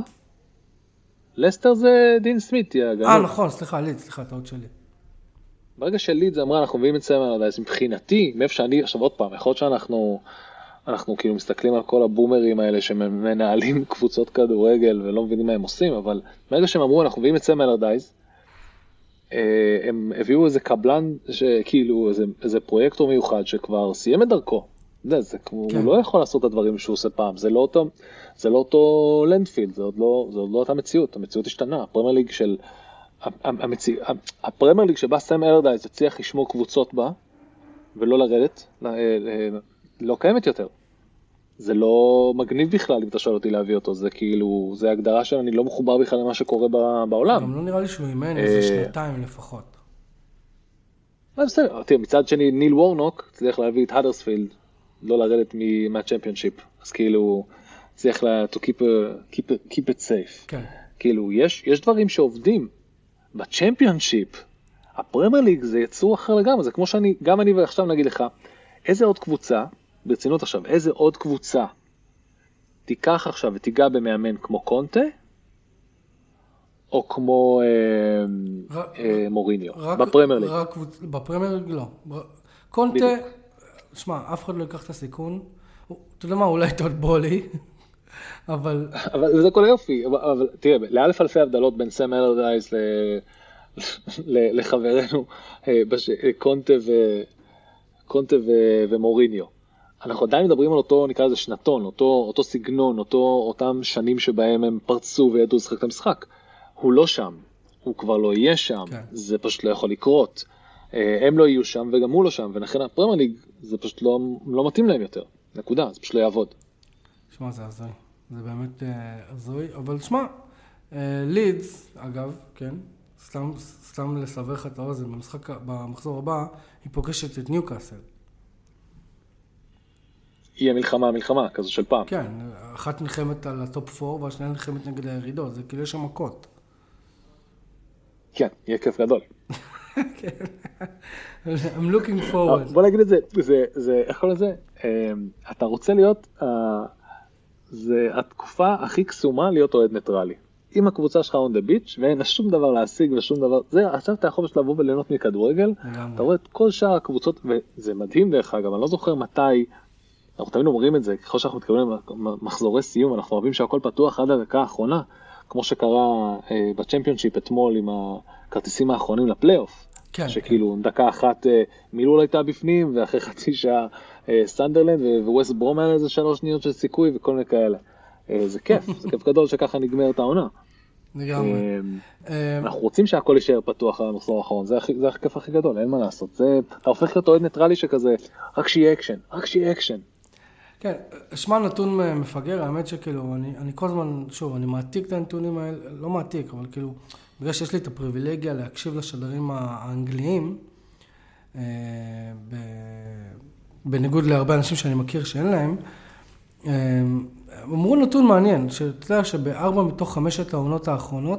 [SPEAKER 3] לסטר זה דין סמית, יא גנוב.
[SPEAKER 1] אה, נכון, סליחה, לידס, סליחה, טעות שלי.
[SPEAKER 3] ברגע שלידס אמרה, אנחנו מביאים את סם אלרדייס, מבחינתי, מאיפה שאני, עכשיו עוד פעם, יכול להיות שאנחנו, אנחנו כאילו מסתכלים על כל הבומרים האלה שמנהלים קבוצות כדורגל ולא מבינים מה הם עושים, אבל ברגע שהם אמרו, אנחנו מביאים את סם אלרדייס, אה, הם הביאו איזה קבלן, שכאילו איזה, איזה פרויקטור מיוחד שכבר סיים את דרכו. זה, זה, כן. הוא לא יכול לעשות את הדברים שהוא עושה פעם, זה לא אותו, זה לא אותו לנדפילד, זה עוד לא, זה עוד לא אותה מציאות, המציאות השתנה, הפרמייר ליג של, המציא, הפרמייר ליג שבה סם אלרדייס הצליח לשמור קבוצות בה, ולא לרדת, לא קיימת יותר. זה לא מגניב בכלל אם אתה שואל אותי להביא אותו, זה כאילו, זה הגדרה שאני לא מחובר בכלל למה שקורה בעולם.
[SPEAKER 1] גם לא נראה לי שהוא אימן איזה שנתיים לפחות.
[SPEAKER 3] בסדר, תראה, מצד שני ניל וורנוק צריך להביא את האדרספילד, לא לרדת מהצ'מפיונשיפ, אז כאילו צריך לה, to keep, a, keep, a, keep it safe.
[SPEAKER 1] כן.
[SPEAKER 3] כאילו יש, יש דברים שעובדים בצ'מפיונשיפ, הפרמייר ליג זה יצור אחר לגמרי, זה כמו שאני, גם אני ועכשיו נגיד לך, איזה עוד קבוצה, ברצינות עכשיו, איזה עוד קבוצה תיקח עכשיו ותיגע במאמן כמו קונטה, או כמו אה,
[SPEAKER 1] רק-
[SPEAKER 3] אה, מוריניו,
[SPEAKER 1] רק-
[SPEAKER 3] בפרמייר ליג.
[SPEAKER 1] רק קבוצ- בפרמייר ליג לא. ב- קונטה,
[SPEAKER 3] בדיוק.
[SPEAKER 1] שמע, אף אחד לא ייקח את הסיכון. הוא- אתה יודע מה, אולי טוד בולי, אבל
[SPEAKER 3] אבל זה כל היופי, אבל, אבל תראה, לאלף אלפי הבדלות בין סם אלרדייס ל, ל, לחברנו אה, בש, אה, קונטה, ו, קונטה ו, ומוריניו. אנחנו עדיין מדברים על אותו, נקרא לזה שנתון, אותו, אותו סגנון, אותו, אותם שנים שבהם הם פרצו וידעו לשחק את המשחק. הוא לא שם, הוא כבר לא יהיה שם,
[SPEAKER 1] כן.
[SPEAKER 3] זה פשוט לא יכול לקרות. אה, הם לא יהיו שם וגם הוא לא שם, ולכן הפרמייר ליג זה פשוט לא, לא מתאים להם יותר. נקודה, זה פשוט לא יעבוד.
[SPEAKER 1] שמע, זה הזוי. זה באמת אה, הזוי, אבל שמע, אה, לידס, אגב, כן, סתם, סתם לסבר לך את האוזן, במשחק, במחזור הבא, היא פוגשת את ניוקאסל.
[SPEAKER 3] יהיה מלחמה, מלחמה, כזו של פעם.
[SPEAKER 1] כן, אחת נלחמת על הטופ ארבע, והשנייה נלחמת נגד הירידות, זה כאילו יש שם מכות.
[SPEAKER 3] כן, יהיה כיף גדול.
[SPEAKER 1] כן. I'm looking forward.
[SPEAKER 3] בוא נגיד את זה, זה, זה, איך קוראים לזה? אתה רוצה להיות, אה, זה התקופה הכי קסומה להיות אוהד ניטרלי. אם הקבוצה שלך on the beach ואין שום דבר להשיג ושום דבר, זה, עכשיו אתה יכול לבוא וליהנות מכדורגל, אתה רואה את כל שאר הקבוצות, וזה מדהים דרך אגב, אני לא זוכר מתי, אנחנו תמיד אומרים את זה, ככל שאנחנו מתכוונים למחזורי סיום, אנחנו אוהבים שהכל פתוח עד הדקה האחרונה, כמו שקרה אה, בצ'מפיונשיפ אתמול עם הכרטיסים האחרונים לפלייאוף.
[SPEAKER 1] כן,
[SPEAKER 3] שכאילו דקה אחת מילול הייתה בפנים, ואחרי חצי שעה סנדרלנד וווסט ברום היה איזה שלוש שניות של סיכוי וכל מיני כאלה. זה כיף, זה כיף גדול שככה נגמר את העונה.
[SPEAKER 1] לגמרי.
[SPEAKER 3] אנחנו רוצים שהכל יישאר פתוח על המחזור האחרון, זה הכיף הכי גדול, אין מה לעשות. אתה הופך להיות אוהד ניטרלי שכזה, רק שיהיה אקשן, רק שיהיה אקשן.
[SPEAKER 1] כן, שמע נתון מפגר, האמת שכאילו, אני, אני כל הזמן, שוב, אני מעתיק את הנתונים האלה, לא מעתיק, אבל כאילו, בגלל שיש לי את הפריבילגיה להקשיב לשדרים האנגליים, אה, ב, בניגוד להרבה אנשים שאני מכיר שאין להם, אה, אמרו נתון מעניין, שאתה יודע שבארבע מתוך חמשת העונות האחרונות,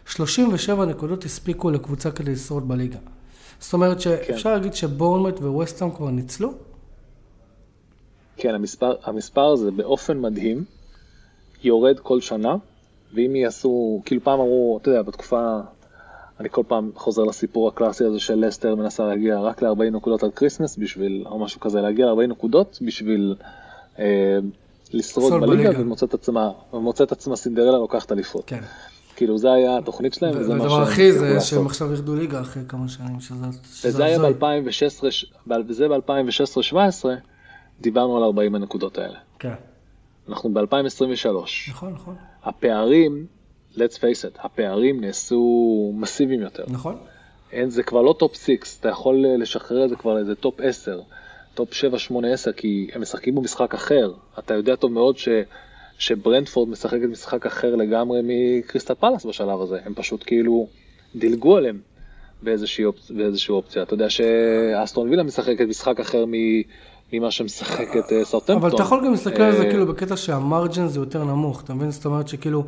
[SPEAKER 1] שלושים ושבע נקודות הספיקו לקבוצה כדי לשרוד בליגה. זאת אומרת שאפשר להגיד שבורנמוט וווסטהאם כבר ניצלו?
[SPEAKER 3] כן, המספר, המספר הזה באופן מדהים יורד כל שנה, ואם יעשו, כאילו פעם אמרו, אתה יודע, בתקופה, אני כל פעם חוזר לסיפור הקלאסי הזה של לסטר מנסה להגיע רק ל-ארבעים נקודות על קריסמס, בשביל, או משהו כזה, להגיע ל-ארבעים נקודות בשביל אה, לשרוד בליגה, ומוצאת עצמה, ומוצאת עצמה סינדרלה לוקחת אליפות.
[SPEAKER 1] כן.
[SPEAKER 3] כאילו זה היה התוכנית שלהם, וזה מה שהם...
[SPEAKER 1] והדבר הכי זה שהם עכשיו ירדו ליגה אחרי כמה שנים, שזה...
[SPEAKER 3] וזה היה ב-אלפיים ושש עשרה, וזה ב-אלפיים ושש עשרה שבע עשרה, דיברנו על ארבעים הנקודות האלה.
[SPEAKER 1] כן.
[SPEAKER 3] אנחנו ב-אלפיים עשרים ושלוש.
[SPEAKER 1] נכון, נכון.
[SPEAKER 3] הפערים, let's face it, הפערים נעשו מסיביים יותר.
[SPEAKER 1] נכון.
[SPEAKER 3] אין, זה כבר לא טופ שש, אתה יכול לשחרר את זה כבר לאיזה טופ עשר, טופ שבע, שמונה, עשר, כי הם משחקים במשחק אחר. אתה יודע טוב מאוד ש... שברנדפורד משחקת משחק אחר לגמרי מקריסטל פלאס בשלב הזה. הם פשוט כאילו דילגו עליהם באיזושהי, אופ... באיזושהי אופציה. אתה יודע שאסטון וילה משחקת משחק אחר ממה שמשחקת סאות'המפטון.
[SPEAKER 1] אבל אתה יכול גם להסתכל על זה כאילו בקטע שהמרג'ן זה יותר נמוך. אתה מבין? זאת אומרת שכאילו,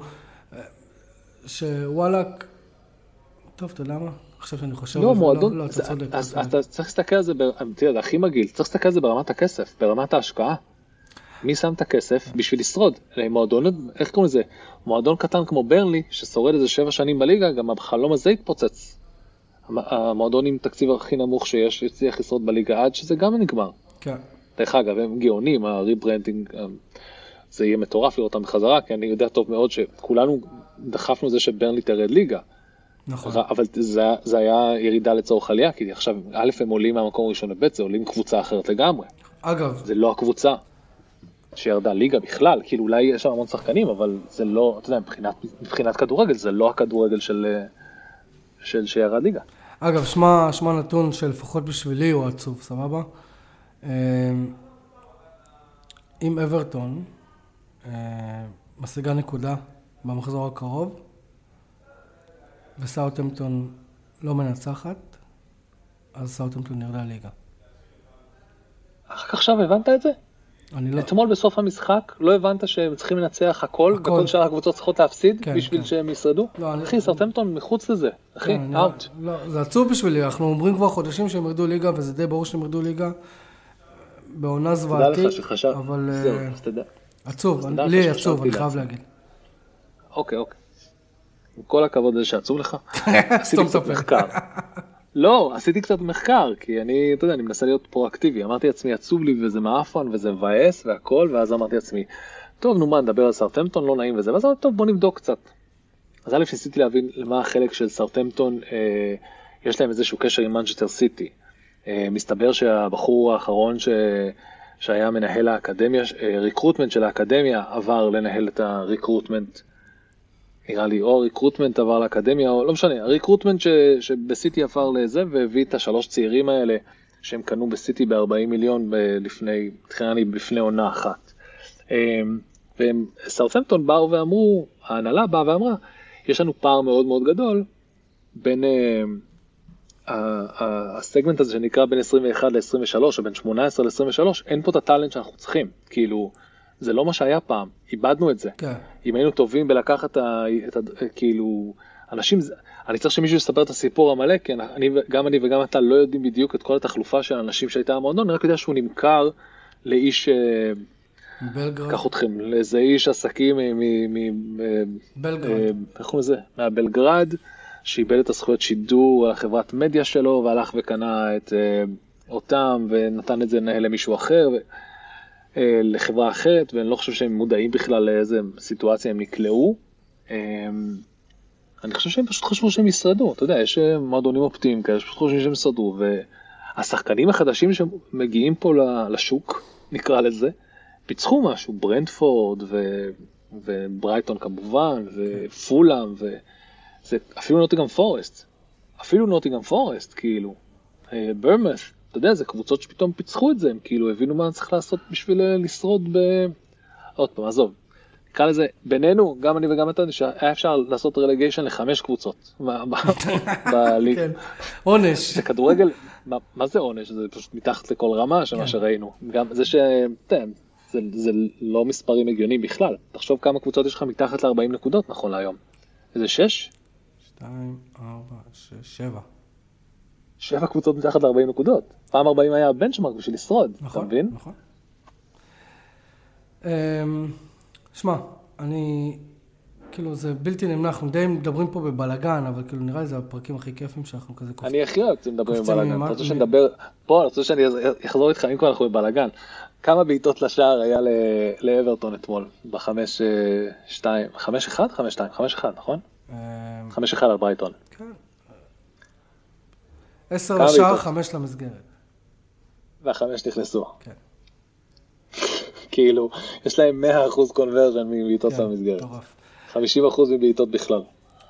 [SPEAKER 1] שוואלק, טוב, אתה יודע מה? עכשיו שאני חושב...
[SPEAKER 3] לא, מועדון,
[SPEAKER 1] לא, אתה צודק.
[SPEAKER 3] אתה צריך להסתכל על זה, תראה, הכי מגעיל, צריך להסתכל על זה ברמת הכסף, ברמת ההשקעה. מי שם את הכסף בשביל לשרוד? מועדון, איך קוראים לזה? מועדון קטן כמו ברנלי, ששורד איזה שבע שנים בליגה, גם החלום הזה יתפוצץ. המועדון עם תקציב הכי נמוך שיש, יצליח לשרוד בליגה עד שזה גם נגמר.
[SPEAKER 1] כן.
[SPEAKER 3] דרך אגב, הם גאונים, הריברנדינג, זה יהיה מטורף לראות אותם בחזרה, כי אני יודע טוב מאוד שכולנו דחפנו זה שברנלי תרד ליגה.
[SPEAKER 1] נכון.
[SPEAKER 3] אבל זה, זה היה ירידה לצורך עלייה, כי עכשיו, א' הם עולים מהמקום הראשון לב', זה עולים קבוצה אחרת לגמרי.
[SPEAKER 1] אגב.
[SPEAKER 3] זה לא הקבוצה שירדה ליגה בכלל, כאילו אולי יש שם המון שחקנים, אבל זה לא, אתה יודע, מבחינת, מבחינת כדורגל, זה לא הכדורגל של, של שירד ליגה.
[SPEAKER 1] אגב, שמה, שמה נתון שלפחות בשבילי הוא עצוב, סבבה? אם אברטון משיגה נקודה במחזור הקרוב, וסאות'המפטון לא מנצחת, אז סאות'המפטון ירדה ליגה.
[SPEAKER 3] רק עכשיו הבנת את זה?
[SPEAKER 1] אני לא...
[SPEAKER 3] אתמול בסוף המשחק לא הבנת שהם צריכים לנצח הכל, הכל. וכל שאר הקבוצות צריכות להפסיד כן, בשביל כן. שהם יסרדו? לא, אחי, אני... סאות'המפטון מחוץ לזה, אחי, כן, אאוט.
[SPEAKER 1] לא, זה עצוב בשבילי, אנחנו אומרים כבר חודשים שהם ירדו ליגה, וזה די ברור שהם ירדו ליגה בעונה זוועתית,
[SPEAKER 3] תדע לך שחשב,
[SPEAKER 1] אבל...
[SPEAKER 3] זהו, אז תדע.
[SPEAKER 1] עצוב, אני, לי עצוב, אני חייב להגיד.
[SPEAKER 3] אוקיי, אוקיי. עם כל הכבוד לזה שעצוב לך, עשיתי קצת מחקר. לא, עשיתי קצת מחקר, כי אני, אתה יודע, אני מנסה להיות פרואקטיבי. אמרתי לעצמי, עצוב לי וזה מאפן וזה מבאס והכל, ואז אמרתי לעצמי, טוב, נו מה, נדבר על סאות'המפטון, לא נעים וזה, ואז אמרתי, טוב, בוא נבדוק קצת. אז א' ניסיתי להבין למה החלק של סאות'המפטון, אה, יש להם איזשהו קשר עם מנצ'סטר סיטי. אה, מסתבר שהבחור האחרון ש... שהיה מנהל האקדמיה, אה, ריקרוטמנט של האקדמיה, עבר לנהל את הריקרוטמנט, נראה לי, או ריקרוטמנט עבר לאקדמיה, או לא משנה, הריקרוטמנט ש, שבסיטי עבר לזה, והביא את השלוש צעירים האלה, שהם קנו בסיטי ב-ארבעים מיליון לפני, תחילה לי, בפני עונה אחת. וסאות'המפטון באו ואמרו, ההנהלה באה ואמרה, יש לנו פער מאוד מאוד גדול, בין הסגמנט הזה שנקרא בין עשרים ואחת ל-עשרים ושלוש, או בין שמונה עשרה ל-עשרים ושלוש, אין פה את הטלנט שאנחנו צריכים, כאילו, זה לא מה שהיה פעם, איבדנו את זה. כן. אם היינו טובים בלקחת ה, את ה, כאילו, אנשים, אני צריך שמישהו יספר את הסיפור המלא, כי אני, גם אני וגם אתה לא יודעים בדיוק את כל התחלופה של האנשים שהייתה המועדון, אני רק יודע שהוא נמכר לאיש,
[SPEAKER 1] בלגרד.
[SPEAKER 3] קח אתכם, לאיזה איש עסקים
[SPEAKER 1] מבלגרד.
[SPEAKER 3] איך קוראים לזה? מהבלגרד, שאיבד את הזכויות שידור, החברת מדיה שלו, והלך וקנה את אותם, ונתן את זה לנהל למישהו אחר, ו... לחברה אחרת, ואני לא חושב שהם מודעים בכלל לאיזה סיטואציה הם נקלעו. אני חושב שהם פשוט חשבו שהם ישרדו, אתה יודע, יש מועדונים אופטימיים כאלה, שפשוט חושבים שהם ישרדו, והשחקנים החדשים שמגיעים פה לשוק, נקרא לזה, פיצחו משהו, ברנדפורד ו... וברייטון כמובן, ופולאם, ואפילו נוטיגהאם פורסט, אפילו נוטיגהאם פורסט, כאילו, ברמת', אתה יודע, זה קבוצות שפתאום פיצחו את זה, הם כאילו הבינו מה צריך לעשות בשביל לשרוד ב... עוד פעם, עזוב. נקרא לזה, בינינו, גם אני וגם אתה, שהיה אפשר לעשות רלגיישן לחמש קבוצות בליג.
[SPEAKER 1] כן, עונש.
[SPEAKER 3] זה כדורגל, מה זה עונש? זה פשוט מתחת לכל רמה של מה שראינו. גם זה ש... זה לא מספרים הגיונים בכלל. תחשוב כמה קבוצות יש לך מתחת ל-ארבעים נקודות, נכון להיום. איזה שש?
[SPEAKER 1] שתיים, ארבע, שש, שבע.
[SPEAKER 3] שבע קבוצות מתחת ל-ארבעים נקודות. פעם ארבעים היה הבנצ'מרק בשביל לשרוד,
[SPEAKER 1] נכון,
[SPEAKER 3] אתה מבין?
[SPEAKER 1] נכון. שמע, אני, כאילו זה בלתי נמנע, אנחנו די מדברים פה בבלגן, אבל כאילו נראה לי זה הפרקים הכי כיפים שאנחנו כזה קופצים.
[SPEAKER 3] אני הכי אוהב מדברים בבלגן, אתה רוצה שנדבר, פה, אני רוצה שאני אחזור איתך, אם כבר אנחנו בבלגן. כמה בעיטות לשער היה לאברטון אתמול, בחמש שתיים, חמש אחד? חמש שתיים, חמש אחד, נכון? חמש אחד על ברייטון.
[SPEAKER 1] כן. עשר לשער, חמש למסגרת.
[SPEAKER 3] והחמש נכנסו.
[SPEAKER 1] כן.
[SPEAKER 3] כאילו, יש להם מאה אחוז קונברז'ן מבעיטות למסגרת. חמישים אחוז מבעיטות בכלל.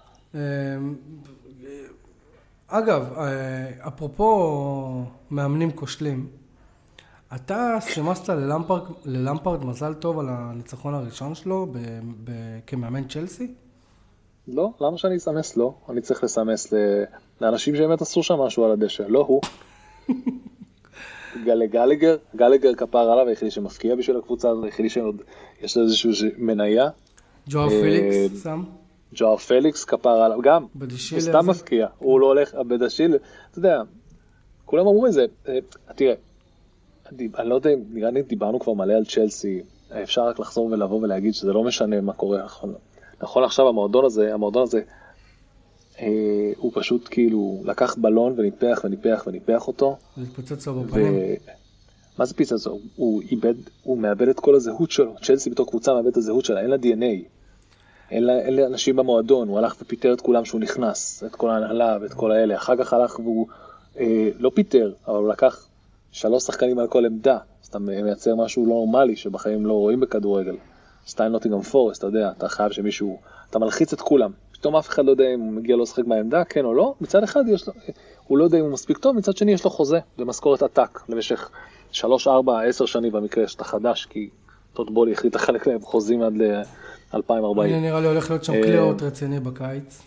[SPEAKER 1] אגב, אפרופו מאמנים כושלים, אתה סימסת ללמפרד מזל טוב על הניצחון הראשון שלו כמאמן צ'לסי?
[SPEAKER 3] לא, למה שאני אסמס לו? אני צריך לסמס לאנשים שבאמת עשו שם משהו על הדשא, לא הוא. גלגר, גלגר כפר עליו, היחידי שמפקיע בשביל הקבוצה הזאת, היחידי שיש לו איזשהו מניה.
[SPEAKER 1] ג'ואר פליקס, שם?
[SPEAKER 3] ג'ואר פליקס כפר עליו, גם, הוא סתם מפקיע, הוא לא הולך, בדשיל, אתה יודע, כולם אמרו את זה, תראה, אני לא יודע, נראה לי דיברנו כבר מלא על צ'לסי, אפשר רק לחזור ולבוא ולהגיד שזה לא משנה מה קורה, נכון עכשיו המועדון הזה, המועדון הזה, הוא פשוט כאילו לקח בלון וניפח וניפח וניפח אותו.
[SPEAKER 1] להתפוצץ לו בפנים.
[SPEAKER 3] מה זה פיצה זו? הוא איבד, הוא מאבד את כל הזהות שלו. צ'לסי בתור קבוצה מאבד את הזהות שלה, אין לה די אן איי. אין לה, אין לה אנשים במועדון, הוא הלך ופיטר את כולם שהוא נכנס, את כל ההנהלה ואת כל האלה. אחר כך הלך והוא אה, לא פיטר, אבל הוא לקח שלוש שחקנים על כל עמדה. אז אתה מייצר משהו לא נורמלי שבחיים לא רואים בכדורגל. סטייל נוטינגהאם פורסט, אתה יודע, אתה חייב שמישהו, אתה מלחיץ את כולם. פתאום אף אחד לא יודע אם הוא מגיע לו לשחק מהעמדה, כן או לא. מצד אחד יש לו, הוא לא יודע אם הוא מספיק טוב, מצד שני יש לו חוזה במשכורת עתק למשך שלוש, ארבע, עשר שנים במקרה שאתה חדש, כי טוטבול החליט לחלק להם חוזים עד ל-אלפיים וארבעים.
[SPEAKER 1] אני נראה לי הולך להיות שם קליאות רציני בקיץ.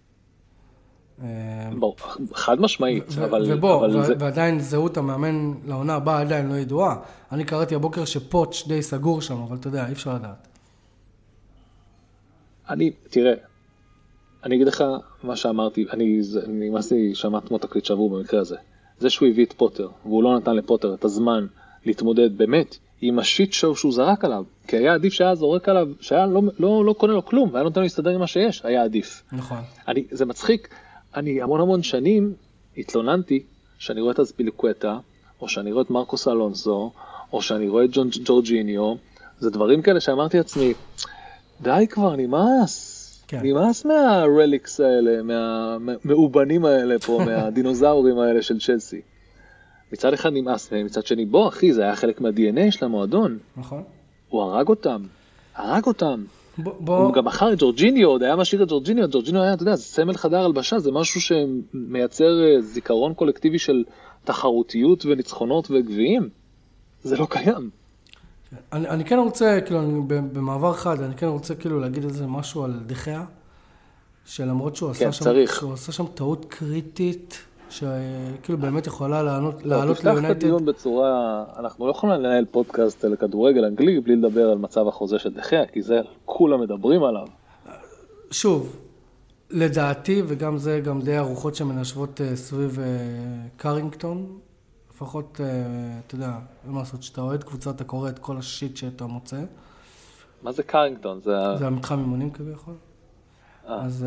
[SPEAKER 3] בוא, חד משמעית, אבל...
[SPEAKER 1] ובוא, ועדיין זהות המאמן לעונה הבאה עדיין לא ידועה. אני קראתי הבוקר שפוטש די סגור שם, אבל אתה יודע, אי אפשר לדעת.
[SPEAKER 3] אני, תראה, אני אגיד לך מה שאמרתי, אני נמאסתי שמעת כמו תקליט שבור במקרה הזה. זה שהוא הביא את פוטר, והוא לא נתן לפוטר את הזמן להתמודד באמת עם השיט שואו שהוא זרק עליו, כי היה עדיף שהיה זורק עליו, שהיה לא, לא, לא קונה לו כלום, והיה נותן לו להסתדר עם מה שיש, היה עדיף.
[SPEAKER 1] נכון.
[SPEAKER 3] אני, זה מצחיק, אני המון המון שנים התלוננתי שאני רואה את אספיליקווטה, או שאני רואה את מרקוס אלונסו, או שאני רואה את ג'ון ג'ורג'יניו, זה דברים כאלה שאמרתי לעצמי, די כבר, נמאס. כן. נמאס מהרליקס האלה, מהמאובנים האלה פה, מהדינוזאורים האלה של צ'לסי. מצד אחד נמאס, מצד שני, בוא אחי, זה היה חלק מה-די אן איי של המועדון.
[SPEAKER 1] נכון.
[SPEAKER 3] הוא הרג אותם, הרג אותם.
[SPEAKER 1] בוא, בוא...
[SPEAKER 3] הוא גם אחר את ג'ורג'יניו, עוד היה משאיר את ג'ורג'יניו, ג'ורג'יניו היה, אתה יודע, זה סמל חדר הלבשה, זה משהו שמייצר זיכרון קולקטיבי של תחרותיות וניצחונות וגביעים. זה לא קיים.
[SPEAKER 1] אני, אני כן רוצה, כאילו, אני, במעבר חד, אני כן רוצה כאילו להגיד איזה משהו על דחיה, שלמרות שהוא
[SPEAKER 3] כן,
[SPEAKER 1] עשה שם,
[SPEAKER 3] צריך.
[SPEAKER 1] שהוא עשה שם טעות קריטית, שכאילו באמת יכולה לענות,
[SPEAKER 3] לא,
[SPEAKER 1] לעלות
[SPEAKER 3] תפתח
[SPEAKER 1] ליונייטד.
[SPEAKER 3] את הדיון בצורה, אנחנו לא יכולים לנהל פודקאסט על כדורגל אנגלי, בלי לדבר על מצב החוזה של דחיה, כי זה כולם מדברים עליו.
[SPEAKER 1] שוב, לדעתי, וגם זה גם די הרוחות שמנשבות סביב קרינגטון, לפחות, אתה יודע, מה לעשות, שאתה אוהד קבוצה, אתה קורא את כל השיט שאתה מוצא.
[SPEAKER 3] מה זה קרינגטון? זה,
[SPEAKER 1] זה המתחם אימונים כביכול. אז,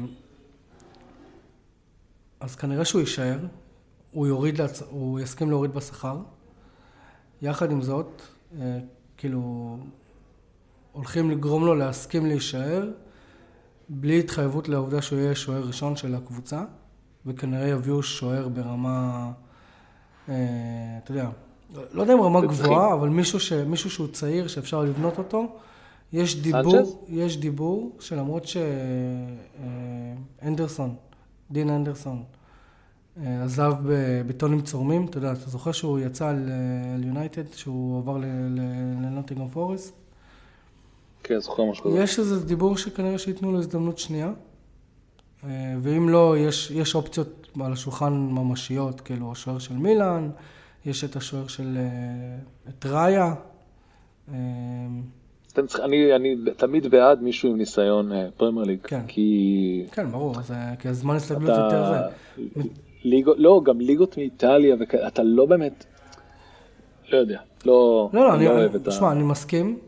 [SPEAKER 1] אז כנראה שהוא יישאר, הוא, יוריד לעצ... הוא יסכים להוריד בשכר. יחד עם זאת, כאילו, הולכים לגרום לו להסכים להישאר, בלי התחייבות לעובדה שהוא יהיה שוער ראשון של הקבוצה, וכנראה יביאו שוער ברמה... אתה יודע, לא יודע אם רמה גבוהה, אבל מישהו, ש, מישהו שהוא צעיר, שאפשר לבנות אותו, יש דיבור, יש דיבור שלמרות שאנדרסון, דין אנדרסון, עזב בטונים צורמים, אתה יודע, אתה זוכר שהוא יצא על יונייטד, שהוא עבר לנוטינגהאם פורסט?
[SPEAKER 3] כן, זוכר משהו כזה.
[SPEAKER 1] יש איזה דיבור שכנראה שיתנו לו הזדמנות שנייה, ואם לא, יש, יש אופציות על השולחן ממשיות, כאילו השוער של מילאן, יש את השוער של, את ראיה.
[SPEAKER 3] אתם צריכים, אני, אני תמיד בעד מישהו עם ניסיון פרמייר ליג,
[SPEAKER 1] כן.
[SPEAKER 3] כי...
[SPEAKER 1] כן, ברור, זה, כי הזמן הסתגלות יותר זה.
[SPEAKER 3] ליגו, לא, גם ליגות מאיטליה, ואתה לא באמת, לא יודע, לא,
[SPEAKER 1] לא, לא,
[SPEAKER 3] לא
[SPEAKER 1] אני,
[SPEAKER 3] אוהב את ה...
[SPEAKER 1] תשמע, אני מסכים.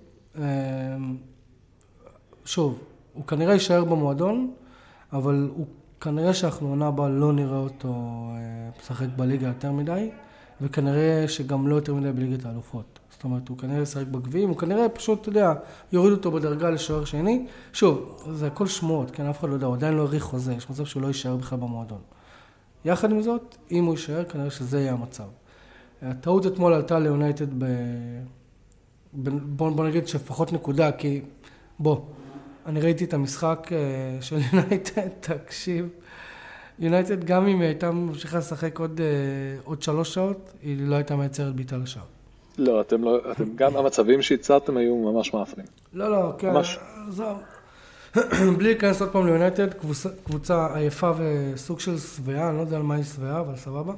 [SPEAKER 1] שוב, הוא כנראה יישאר במועדון, אבל הוא כנראה שאנחנו עונה הבאה לא נראה אותו משחק בליגה יותר מדי, וכנראה שגם לא יותר מדי בליגת האלופות. זאת אומרת, הוא כנראה ישחק בגביעים, הוא כנראה פשוט, אתה יודע, יוריד אותו בדרגה לשוער שני. שוב, זה הכל שמועות, כן, אף אחד לא יודע, הוא עדיין לא העריך חוזה, יש מצב שהוא לא יישאר בכלל במועדון. יחד עם זאת, אם הוא יישאר, כנראה שזה יהיה המצב. הטעות אתמול עלתה ליונייטד ב... בוא, בוא נגיד שפחות נקודה, כי בוא, אני ראיתי את המשחק של יונייטד, תקשיב, יונייטד גם אם היא הייתה ממשיכה לשחק עוד, עוד שלוש שעות, היא לא הייתה מייצרת ביתה לשער.
[SPEAKER 3] לא, אתם לא, אתם גם המצבים שהצעתם היו ממש מאפנים.
[SPEAKER 1] לא, לא, כן, זו, בלי להיכנס עוד פעם ליונייטד, קבוצה, קבוצה עייפה וסוג של סביעה, אני לא יודע על מה היא סביעה, אבל סבבה.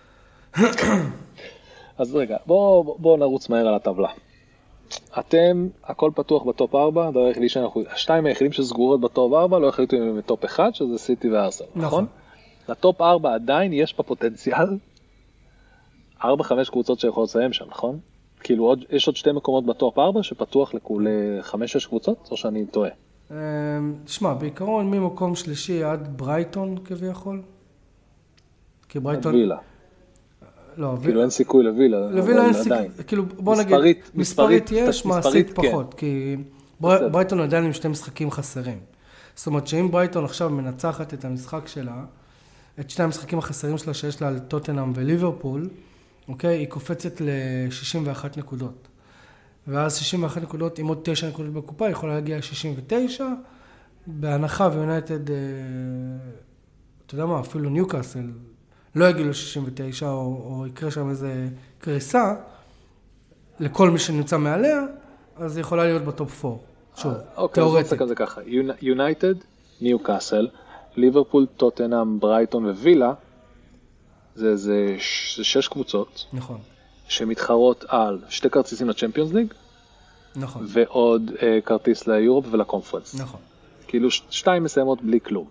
[SPEAKER 3] אז רגע, בואו בוא נרוץ מהר על הטבלה. אתם, הכל פתוח בטופ ארבע, הדבר היחידי שאנחנו, השתיים היחידים שסגורות בטופ ארבע, לא החליטו עם טופ אחד, שזה סיטי וארסנל, נכון? נכון? לטופ ארבע עדיין יש פה פוטנציאל, ארבע, חמש קבוצות שיכולות לסיים שם, נכון? כאילו עוד, יש עוד שתי מקומות בטופ ארבע שפתוח לכולי חמש, שש קבוצות, או שאני טועה?
[SPEAKER 1] תשמע, בעיקרון ממקום שלישי עד ברייטון כביכול. כי ברייטון...
[SPEAKER 3] וילה.
[SPEAKER 1] לא,
[SPEAKER 3] כאילו אין סיכוי לווילה.
[SPEAKER 1] לווילה אין סיכוי, כאילו בוא נגיד, מספרית יש, מעשית פחות, כי ברייטון עדיין עם שתי משחקים חסרים. זאת אומרת שאם ברייטון עכשיו מנצחת את המשחק שלה, את שני המשחקים החסרים שלה שיש לה על טוטנהאם וליברפול, אוקיי, היא קופצת ל-שישים ואחת נקודות. ואז שישים ואחת נקודות, עם עוד תשע נקודות בקופה, היא יכולה להגיע ל-שישים ותשע, בהנחה ויונייטד, אתה יודע מה, אפילו ניוקאסל, לא יגיעו ל-שישים ותשע, או, או יקרה שם איזה קריסה, לכל מי שנמצא מעליה, אז היא יכולה להיות בטופ ארבע. שוב,
[SPEAKER 3] אוקיי, תיאורטית. אוקיי, אז זה ככה. יונייטד, ניוקאסל, ליברפול, טוטנהאם, ברייטון ווילה, זה, זה, זה שש קבוצות.
[SPEAKER 1] נכון.
[SPEAKER 3] שמתחרות על שתי כרטיסים לצ'מפיונס ליג.
[SPEAKER 1] נכון.
[SPEAKER 3] ועוד אה, כרטיס ליורופ ולקונפרנס.
[SPEAKER 1] נכון. כאילו
[SPEAKER 3] ש- שתיים מסיימות בלי כלום.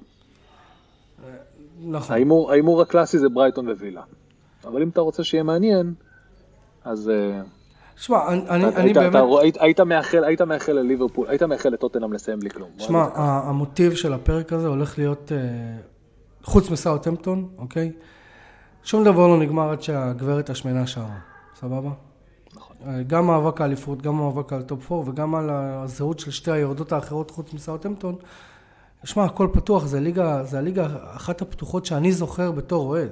[SPEAKER 1] נכון.
[SPEAKER 3] האימור, האימור הקלאסי זה ברייטון ווילה. אבל אם אתה רוצה שיהיה מעניין, אז...
[SPEAKER 1] שמע, אני, אני,
[SPEAKER 3] אתה,
[SPEAKER 1] אני
[SPEAKER 3] אתה,
[SPEAKER 1] באמת...
[SPEAKER 3] אתה, היית, היית מאחל, היית מאחל לליברפול, היית מאחל לטוטנהאם לסיים בלי כלום.
[SPEAKER 1] שמע, המוטיב של הפרק הזה הולך להיות, חוץ מסאות'המפטון, אוקיי? שום דבר לא נגמר עד שהגברת השמנה שרה, סבבה?
[SPEAKER 3] נכון.
[SPEAKER 1] גם מאבק האליפות, גם מאבק על טופ ארבע, וגם על הזהות של שתי היורדות האחרות חוץ מסאות'המפטון. שמע, הכל פתוח, זה הליגה, זה הליגה אחת הפתוחות שאני זוכר בתור אוהד.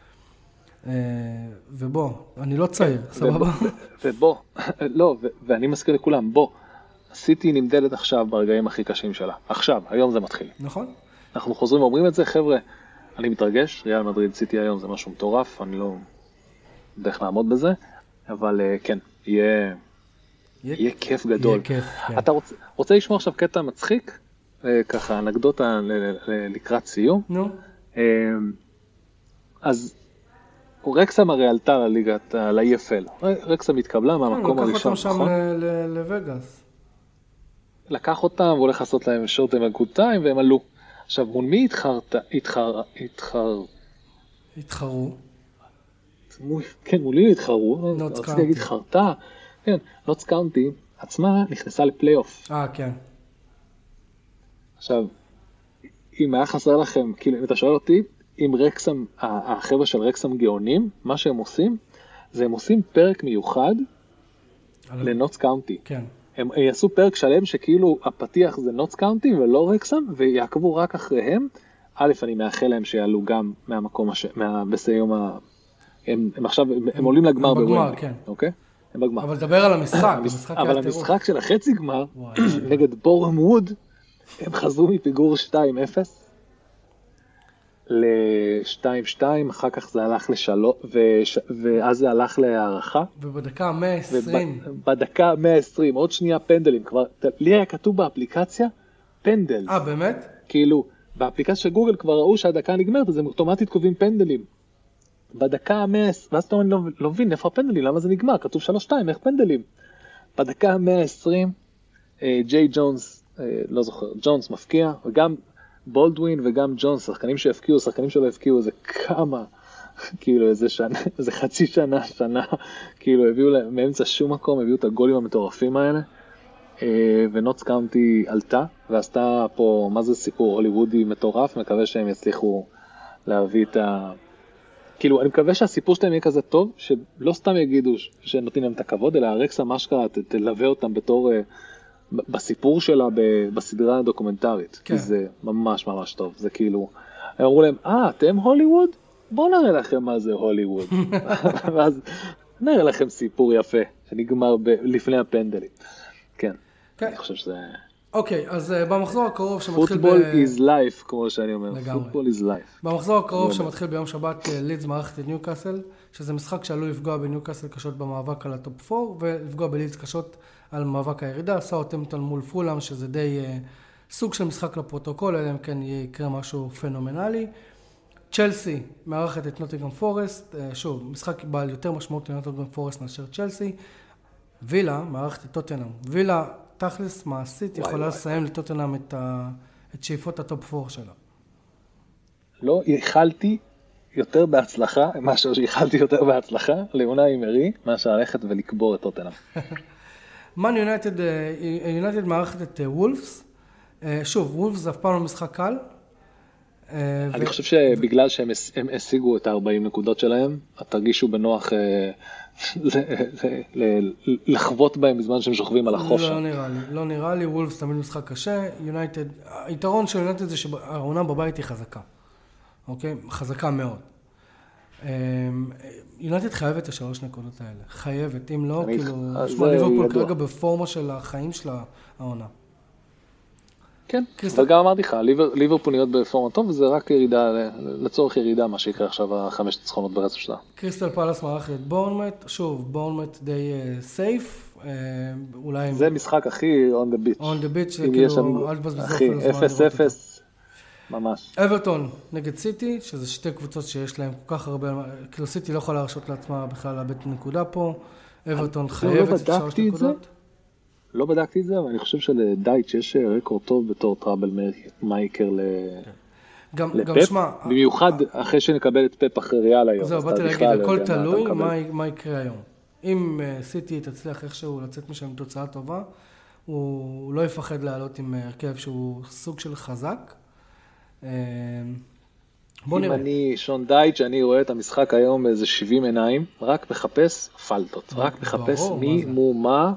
[SPEAKER 1] ובוא, אני לא צעיר, סבבה?
[SPEAKER 3] ובוא, לא, ואני מזכיר לכולם, בוא, סיטי נמדדת עכשיו ברגעים הכי קשים שלה. עכשיו, היום זה מתחיל.
[SPEAKER 1] נכון.
[SPEAKER 3] אנחנו חוזרים ואומרים את זה, חבר'ה, אני מתרגש, ריאל מדריד סיטי היום זה משהו מטורף, אני לא יודע איך לעמוד בזה, אבל כן, יהיה, יהיה כיף גדול.
[SPEAKER 1] יהיה כיף, כן.
[SPEAKER 3] אתה רוצה, רוצה לשמוע עכשיו קטע מצחיק? ככה, אנקדוטה לקראת סיום.
[SPEAKER 1] נו.
[SPEAKER 3] אז רקסם הרי עלתה לליגת, ל-אי אף אל. רקסם התקבלה מהמקום הראשון,
[SPEAKER 1] לקח אותם שם לווגאס.
[SPEAKER 3] לקח אותם והולך לעשות להם שורט עם הגוד טיים, והם עלו. עכשיו, מול מי התחרת? התחר... התחר...
[SPEAKER 1] התחרו.
[SPEAKER 3] כן, מול מי התחרו?
[SPEAKER 1] נוטס
[SPEAKER 3] רציתי להגיד חרטה. כן, נוטס קאונטי עצמה נכנסה לפליי אוף.
[SPEAKER 1] אה, כן.
[SPEAKER 3] עכשיו, אם היה חסר לכם, כאילו, אם אתה שואל אותי, אם רקסם, החבר'ה של רקסם גאונים, מה שהם עושים, זה הם עושים פרק מיוחד לנוטס קאונטי.
[SPEAKER 1] כן.
[SPEAKER 3] הם יעשו פרק שלם שכאילו הפתיח זה נוטס קאונטי ולא רקסם, ויעקבו רק אחריהם. א', אני מאחל להם שיעלו גם מהמקום, הש... מה... בסיום ה... הם, הם עכשיו, הם, הם עולים לגמר בוומבלי.
[SPEAKER 1] כן.
[SPEAKER 3] אוקיי? הם בגמר.
[SPEAKER 1] אבל דבר על המשחק. המשחק
[SPEAKER 3] אבל המשחק של החצי גמר, נגד בורהם ווד, הם חזרו מפיגור שתיים אפס ל-שתיים שתיים, אחר כך זה הלך לשלוש, וש... ואז זה הלך להערכה.
[SPEAKER 1] ובדקה מאה ועשרים.
[SPEAKER 3] בדקה מאה ועשרים, עוד שנייה פנדלים. כבר, לי היה כתוב באפליקציה, פנדל.
[SPEAKER 1] אה, באמת?
[SPEAKER 3] כאילו, באפליקציה של גוגל כבר ראו שהדקה נגמרת, אז הם אוטומטית קובעים פנדלים. בדקה המאה, ואז אתה אומר, לא מבין, איפה הפנדלים? למה זה נגמר? כתוב שלוש שתיים, איך פנדלים? בדקה מאה ועשרים, ג'יי ג'ונס, לא זוכר, ג'ונס מפקיע, וגם בולדווין וגם ג'ונס, שחקנים שהפקיעו, שחקנים שלא הפקיעו, זה כמה, כאילו איזה שנה, איזה חצי שנה, שנה, כאילו הביאו להם, מאמצע שום מקום, הביאו את הגולים המטורפים האלה, ונוטס קאונטי עלתה, ועשתה פה, מה זה סיפור הוליוודי מטורף, מקווה שהם יצליחו להביא את ה... כאילו, אני מקווה שהסיפור שלהם יהיה כזה טוב, שלא סתם יגידו שנותנים להם את הכבוד, אלא הרקסה משקרה, תלווה אותם בתור, בסיפור שלה, בסדרה הדוקומנטרית, כי זה ממש ממש טוב, זה כאילו, הם אמרו להם, אה, אתם הוליווד? בואו נראה לכם מה זה הוליווד, ואז נראה לכם סיפור יפה, שנגמר לפני הפנדלים, כן, אני חושב שזה...
[SPEAKER 1] אוקיי, אז במחזור הקרוב שמתחיל...
[SPEAKER 3] פוטבול is life, כמו שאני אומר. פוטבול is life.
[SPEAKER 1] במחזור הקרוב שמתחיל ביום שבת, לידס מארחת את ניוקאסל, שזה משחק שעלול לפגוע בניוקאסל קשות במאבק על הטופ ארבע, ולפגוע בלידס קשות על מאבק הירידה. סאות'המפטון מול פולהאם, שזה די סוג של משחק לפרוטוקול, אלא אם כן יקרה משהו פנומנלי. צ'לסי מארחת את נוטינגהאם פורסט, שוב, משחק בעל יותר משמעות לנוטינגהאם פורסט מאשר צ'לסי. וילה מארחת את טוטנהאם. וילה תכלס מעשית יכולה לסיים לטוטנהאם את שאיפות הטופ ארבע שלה.
[SPEAKER 3] לא, יכלתי יותר בהצלחה, משהו שיכלתי יותר בהצלחה, לעונה עם ארי, מאשר ללכת ולקבור את טוטנהאם.
[SPEAKER 1] מן יונייטד, יונייטד מערכת את וולפס, שוב, וולפס זה אף פעם לא משחק קל.
[SPEAKER 3] אני חושב שבגלל שהם השיגו את ה-ארבעים נקודות שלהם, תרגישו בנוח לחוות בהם בזמן שהם שוכבים על החוף.
[SPEAKER 1] לא נראה לי, לא נראה לי, וולפס תמיד משחק קשה, יונייטד, היתרון של יונייטד זה שהעונה בבית היא חזקה, אוקיי? חזקה מאוד. יונייטד חייבת את השלוש נקודות האלה, חייבת, אם לא, כאילו, שמע, ליברפול כרגע בפורמה של החיים של העונה.
[SPEAKER 3] כן, אבל גם אמרתי לך, ליברפול נראית בפורמה טוב, וזה רק ירידה, לצורך ירידה, מה שיקרה עכשיו, החמש ניצחונות ברצף שלה.
[SPEAKER 1] קריסטל פלאס מערכת את בורנמט, שוב, בורנמט די סייף, אולי...
[SPEAKER 3] זה משחק הכי on the beach.
[SPEAKER 1] on the beach, זה כאילו, אל תבזבזו אפילו זמן.
[SPEAKER 3] אפס אפס, ממש.
[SPEAKER 1] אברטון נגד סיטי, שזה שתי קבוצות שיש להם כל כך הרבה, כאילו סיטי לא יכולה להרשות לעצמה בכלל לאבד נקודה פה, אברטון חייבת את שלוש נקודות.
[SPEAKER 3] לא בדקתי את זה, אבל אני חושב שלדייץ' יש רקורד טוב בתור טראבל מייקר לפפ, במיוחד אחרי שנקבל את פפ אחרי ריאל היום.
[SPEAKER 1] זהו, באתי להגיד, הכל תלוי מה יקרה היום. אם סיטי תצליח איכשהו לצאת משם עם תוצאה טובה, הוא לא יפחד לעלות עם הרכב שהוא סוג של חזק. בוא נראה.
[SPEAKER 3] אם אני שון דייץ', אני רואה את המשחק היום באיזה שבעים עיניים, רק מחפש פלטות, רק מחפש מי מו מה.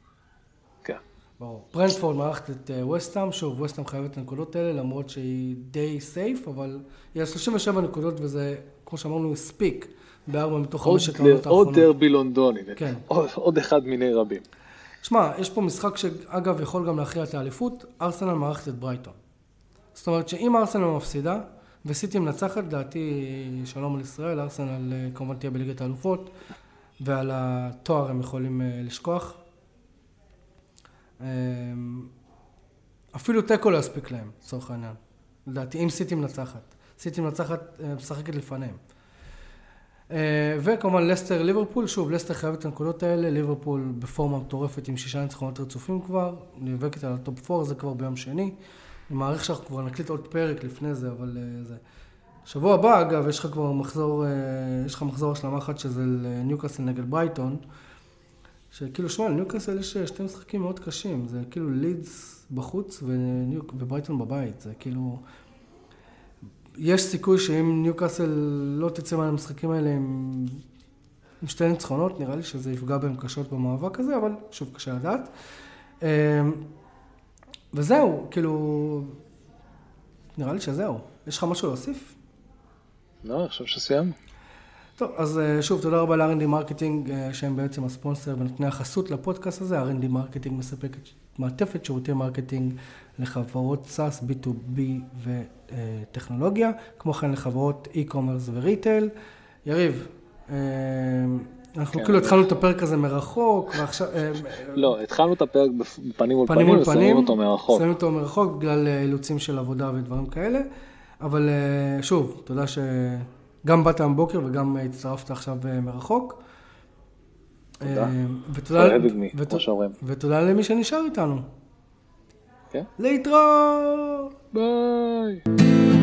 [SPEAKER 1] ברנטפורד מערכת את ווסטהאם, שוב, ווסטהאם חייבת את הנקודות האלה, למרות שהיא די סייף, אבל היא על שלושים ושבע נקודות, וזה, כמו שאמרנו, הספיק בארבע מתוך חמשת העונות האחרונות.
[SPEAKER 3] עוד דרבי לונדוני,
[SPEAKER 1] כן.
[SPEAKER 3] עוד אחד מיני רבים.
[SPEAKER 1] שמע, יש פה משחק שאגב יכול גם להכריע את האליפות, ארסנל מערכת את ברייטון. זאת אומרת שאם ארסנל מפסידה, וסיטי מנצחת, דעתי שלום על ישראל, ארסנל כמובן תהיה בליגת האלופות, ועל התואר הם יכולים לשכוח. אפילו טקו לא יספיק להם, לצורך העניין. לדעתי, אם סיטי מנצחת. סיטי מנצחת, משחקת לפניהם. וכמובן, לסטר, ליברפול, שוב, לסטר חייבת את הנקודות האלה, ליברפול בפורמה מטורפת עם שישה ניצחונות רצופים כבר, נאבקת על הטופ ארבע, זה כבר ביום שני. אני מעריך שאנחנו כבר נקליט עוד פרק לפני זה, אבל זה... שבוע הבא, אגב, יש לך כבר מחזור, יש לך מחזור השלמה אחת שזה ניוקאסל נגד ברייטון, שכאילו, שמע, לניוקאסל יש שתי משחקים מאוד קשים, זה כאילו לידס בחוץ וניוק, וברייטון בבית, זה כאילו... יש סיכוי שאם ניוקאסל לא תצא מהמשחקים האלה עם, עם שתי ניצחונות, נראה לי שזה יפגע בהם קשות במאבק הזה, אבל שוב, קשה לדעת. וזהו, כאילו... נראה לי שזהו. יש לך משהו להוסיף?
[SPEAKER 3] לא, אני חושב שסיימנו.
[SPEAKER 1] טוב, אז שוב, תודה רבה ל-אר אנד די מרקטינג, שהם בעצם הספונסר ונותני החסות לפודקאסט הזה. אר אנד די מרקטינג מספק מעטפת שירותי מרקטינג לחברות סאס, בי טו בי וטכנולוגיה, כמו כן לחברות אי-קומרס וריטייל. יריב, אנחנו כאילו התחלנו את הפרק הזה מרחוק, ועכשיו...
[SPEAKER 3] לא, התחלנו את הפרק בפנים מול פנים, ושמים אותו מרחוק.
[SPEAKER 1] שמים אותו מרחוק בגלל אילוצים של עבודה ודברים כאלה, אבל שוב, תודה ש... גם באת מבוקר וגם הצטרפת עכשיו מרחוק.
[SPEAKER 3] תודה. ותודה,
[SPEAKER 1] ותודה למי שנשאר איתנו.
[SPEAKER 3] כן?
[SPEAKER 1] להתראות!
[SPEAKER 3] ביי!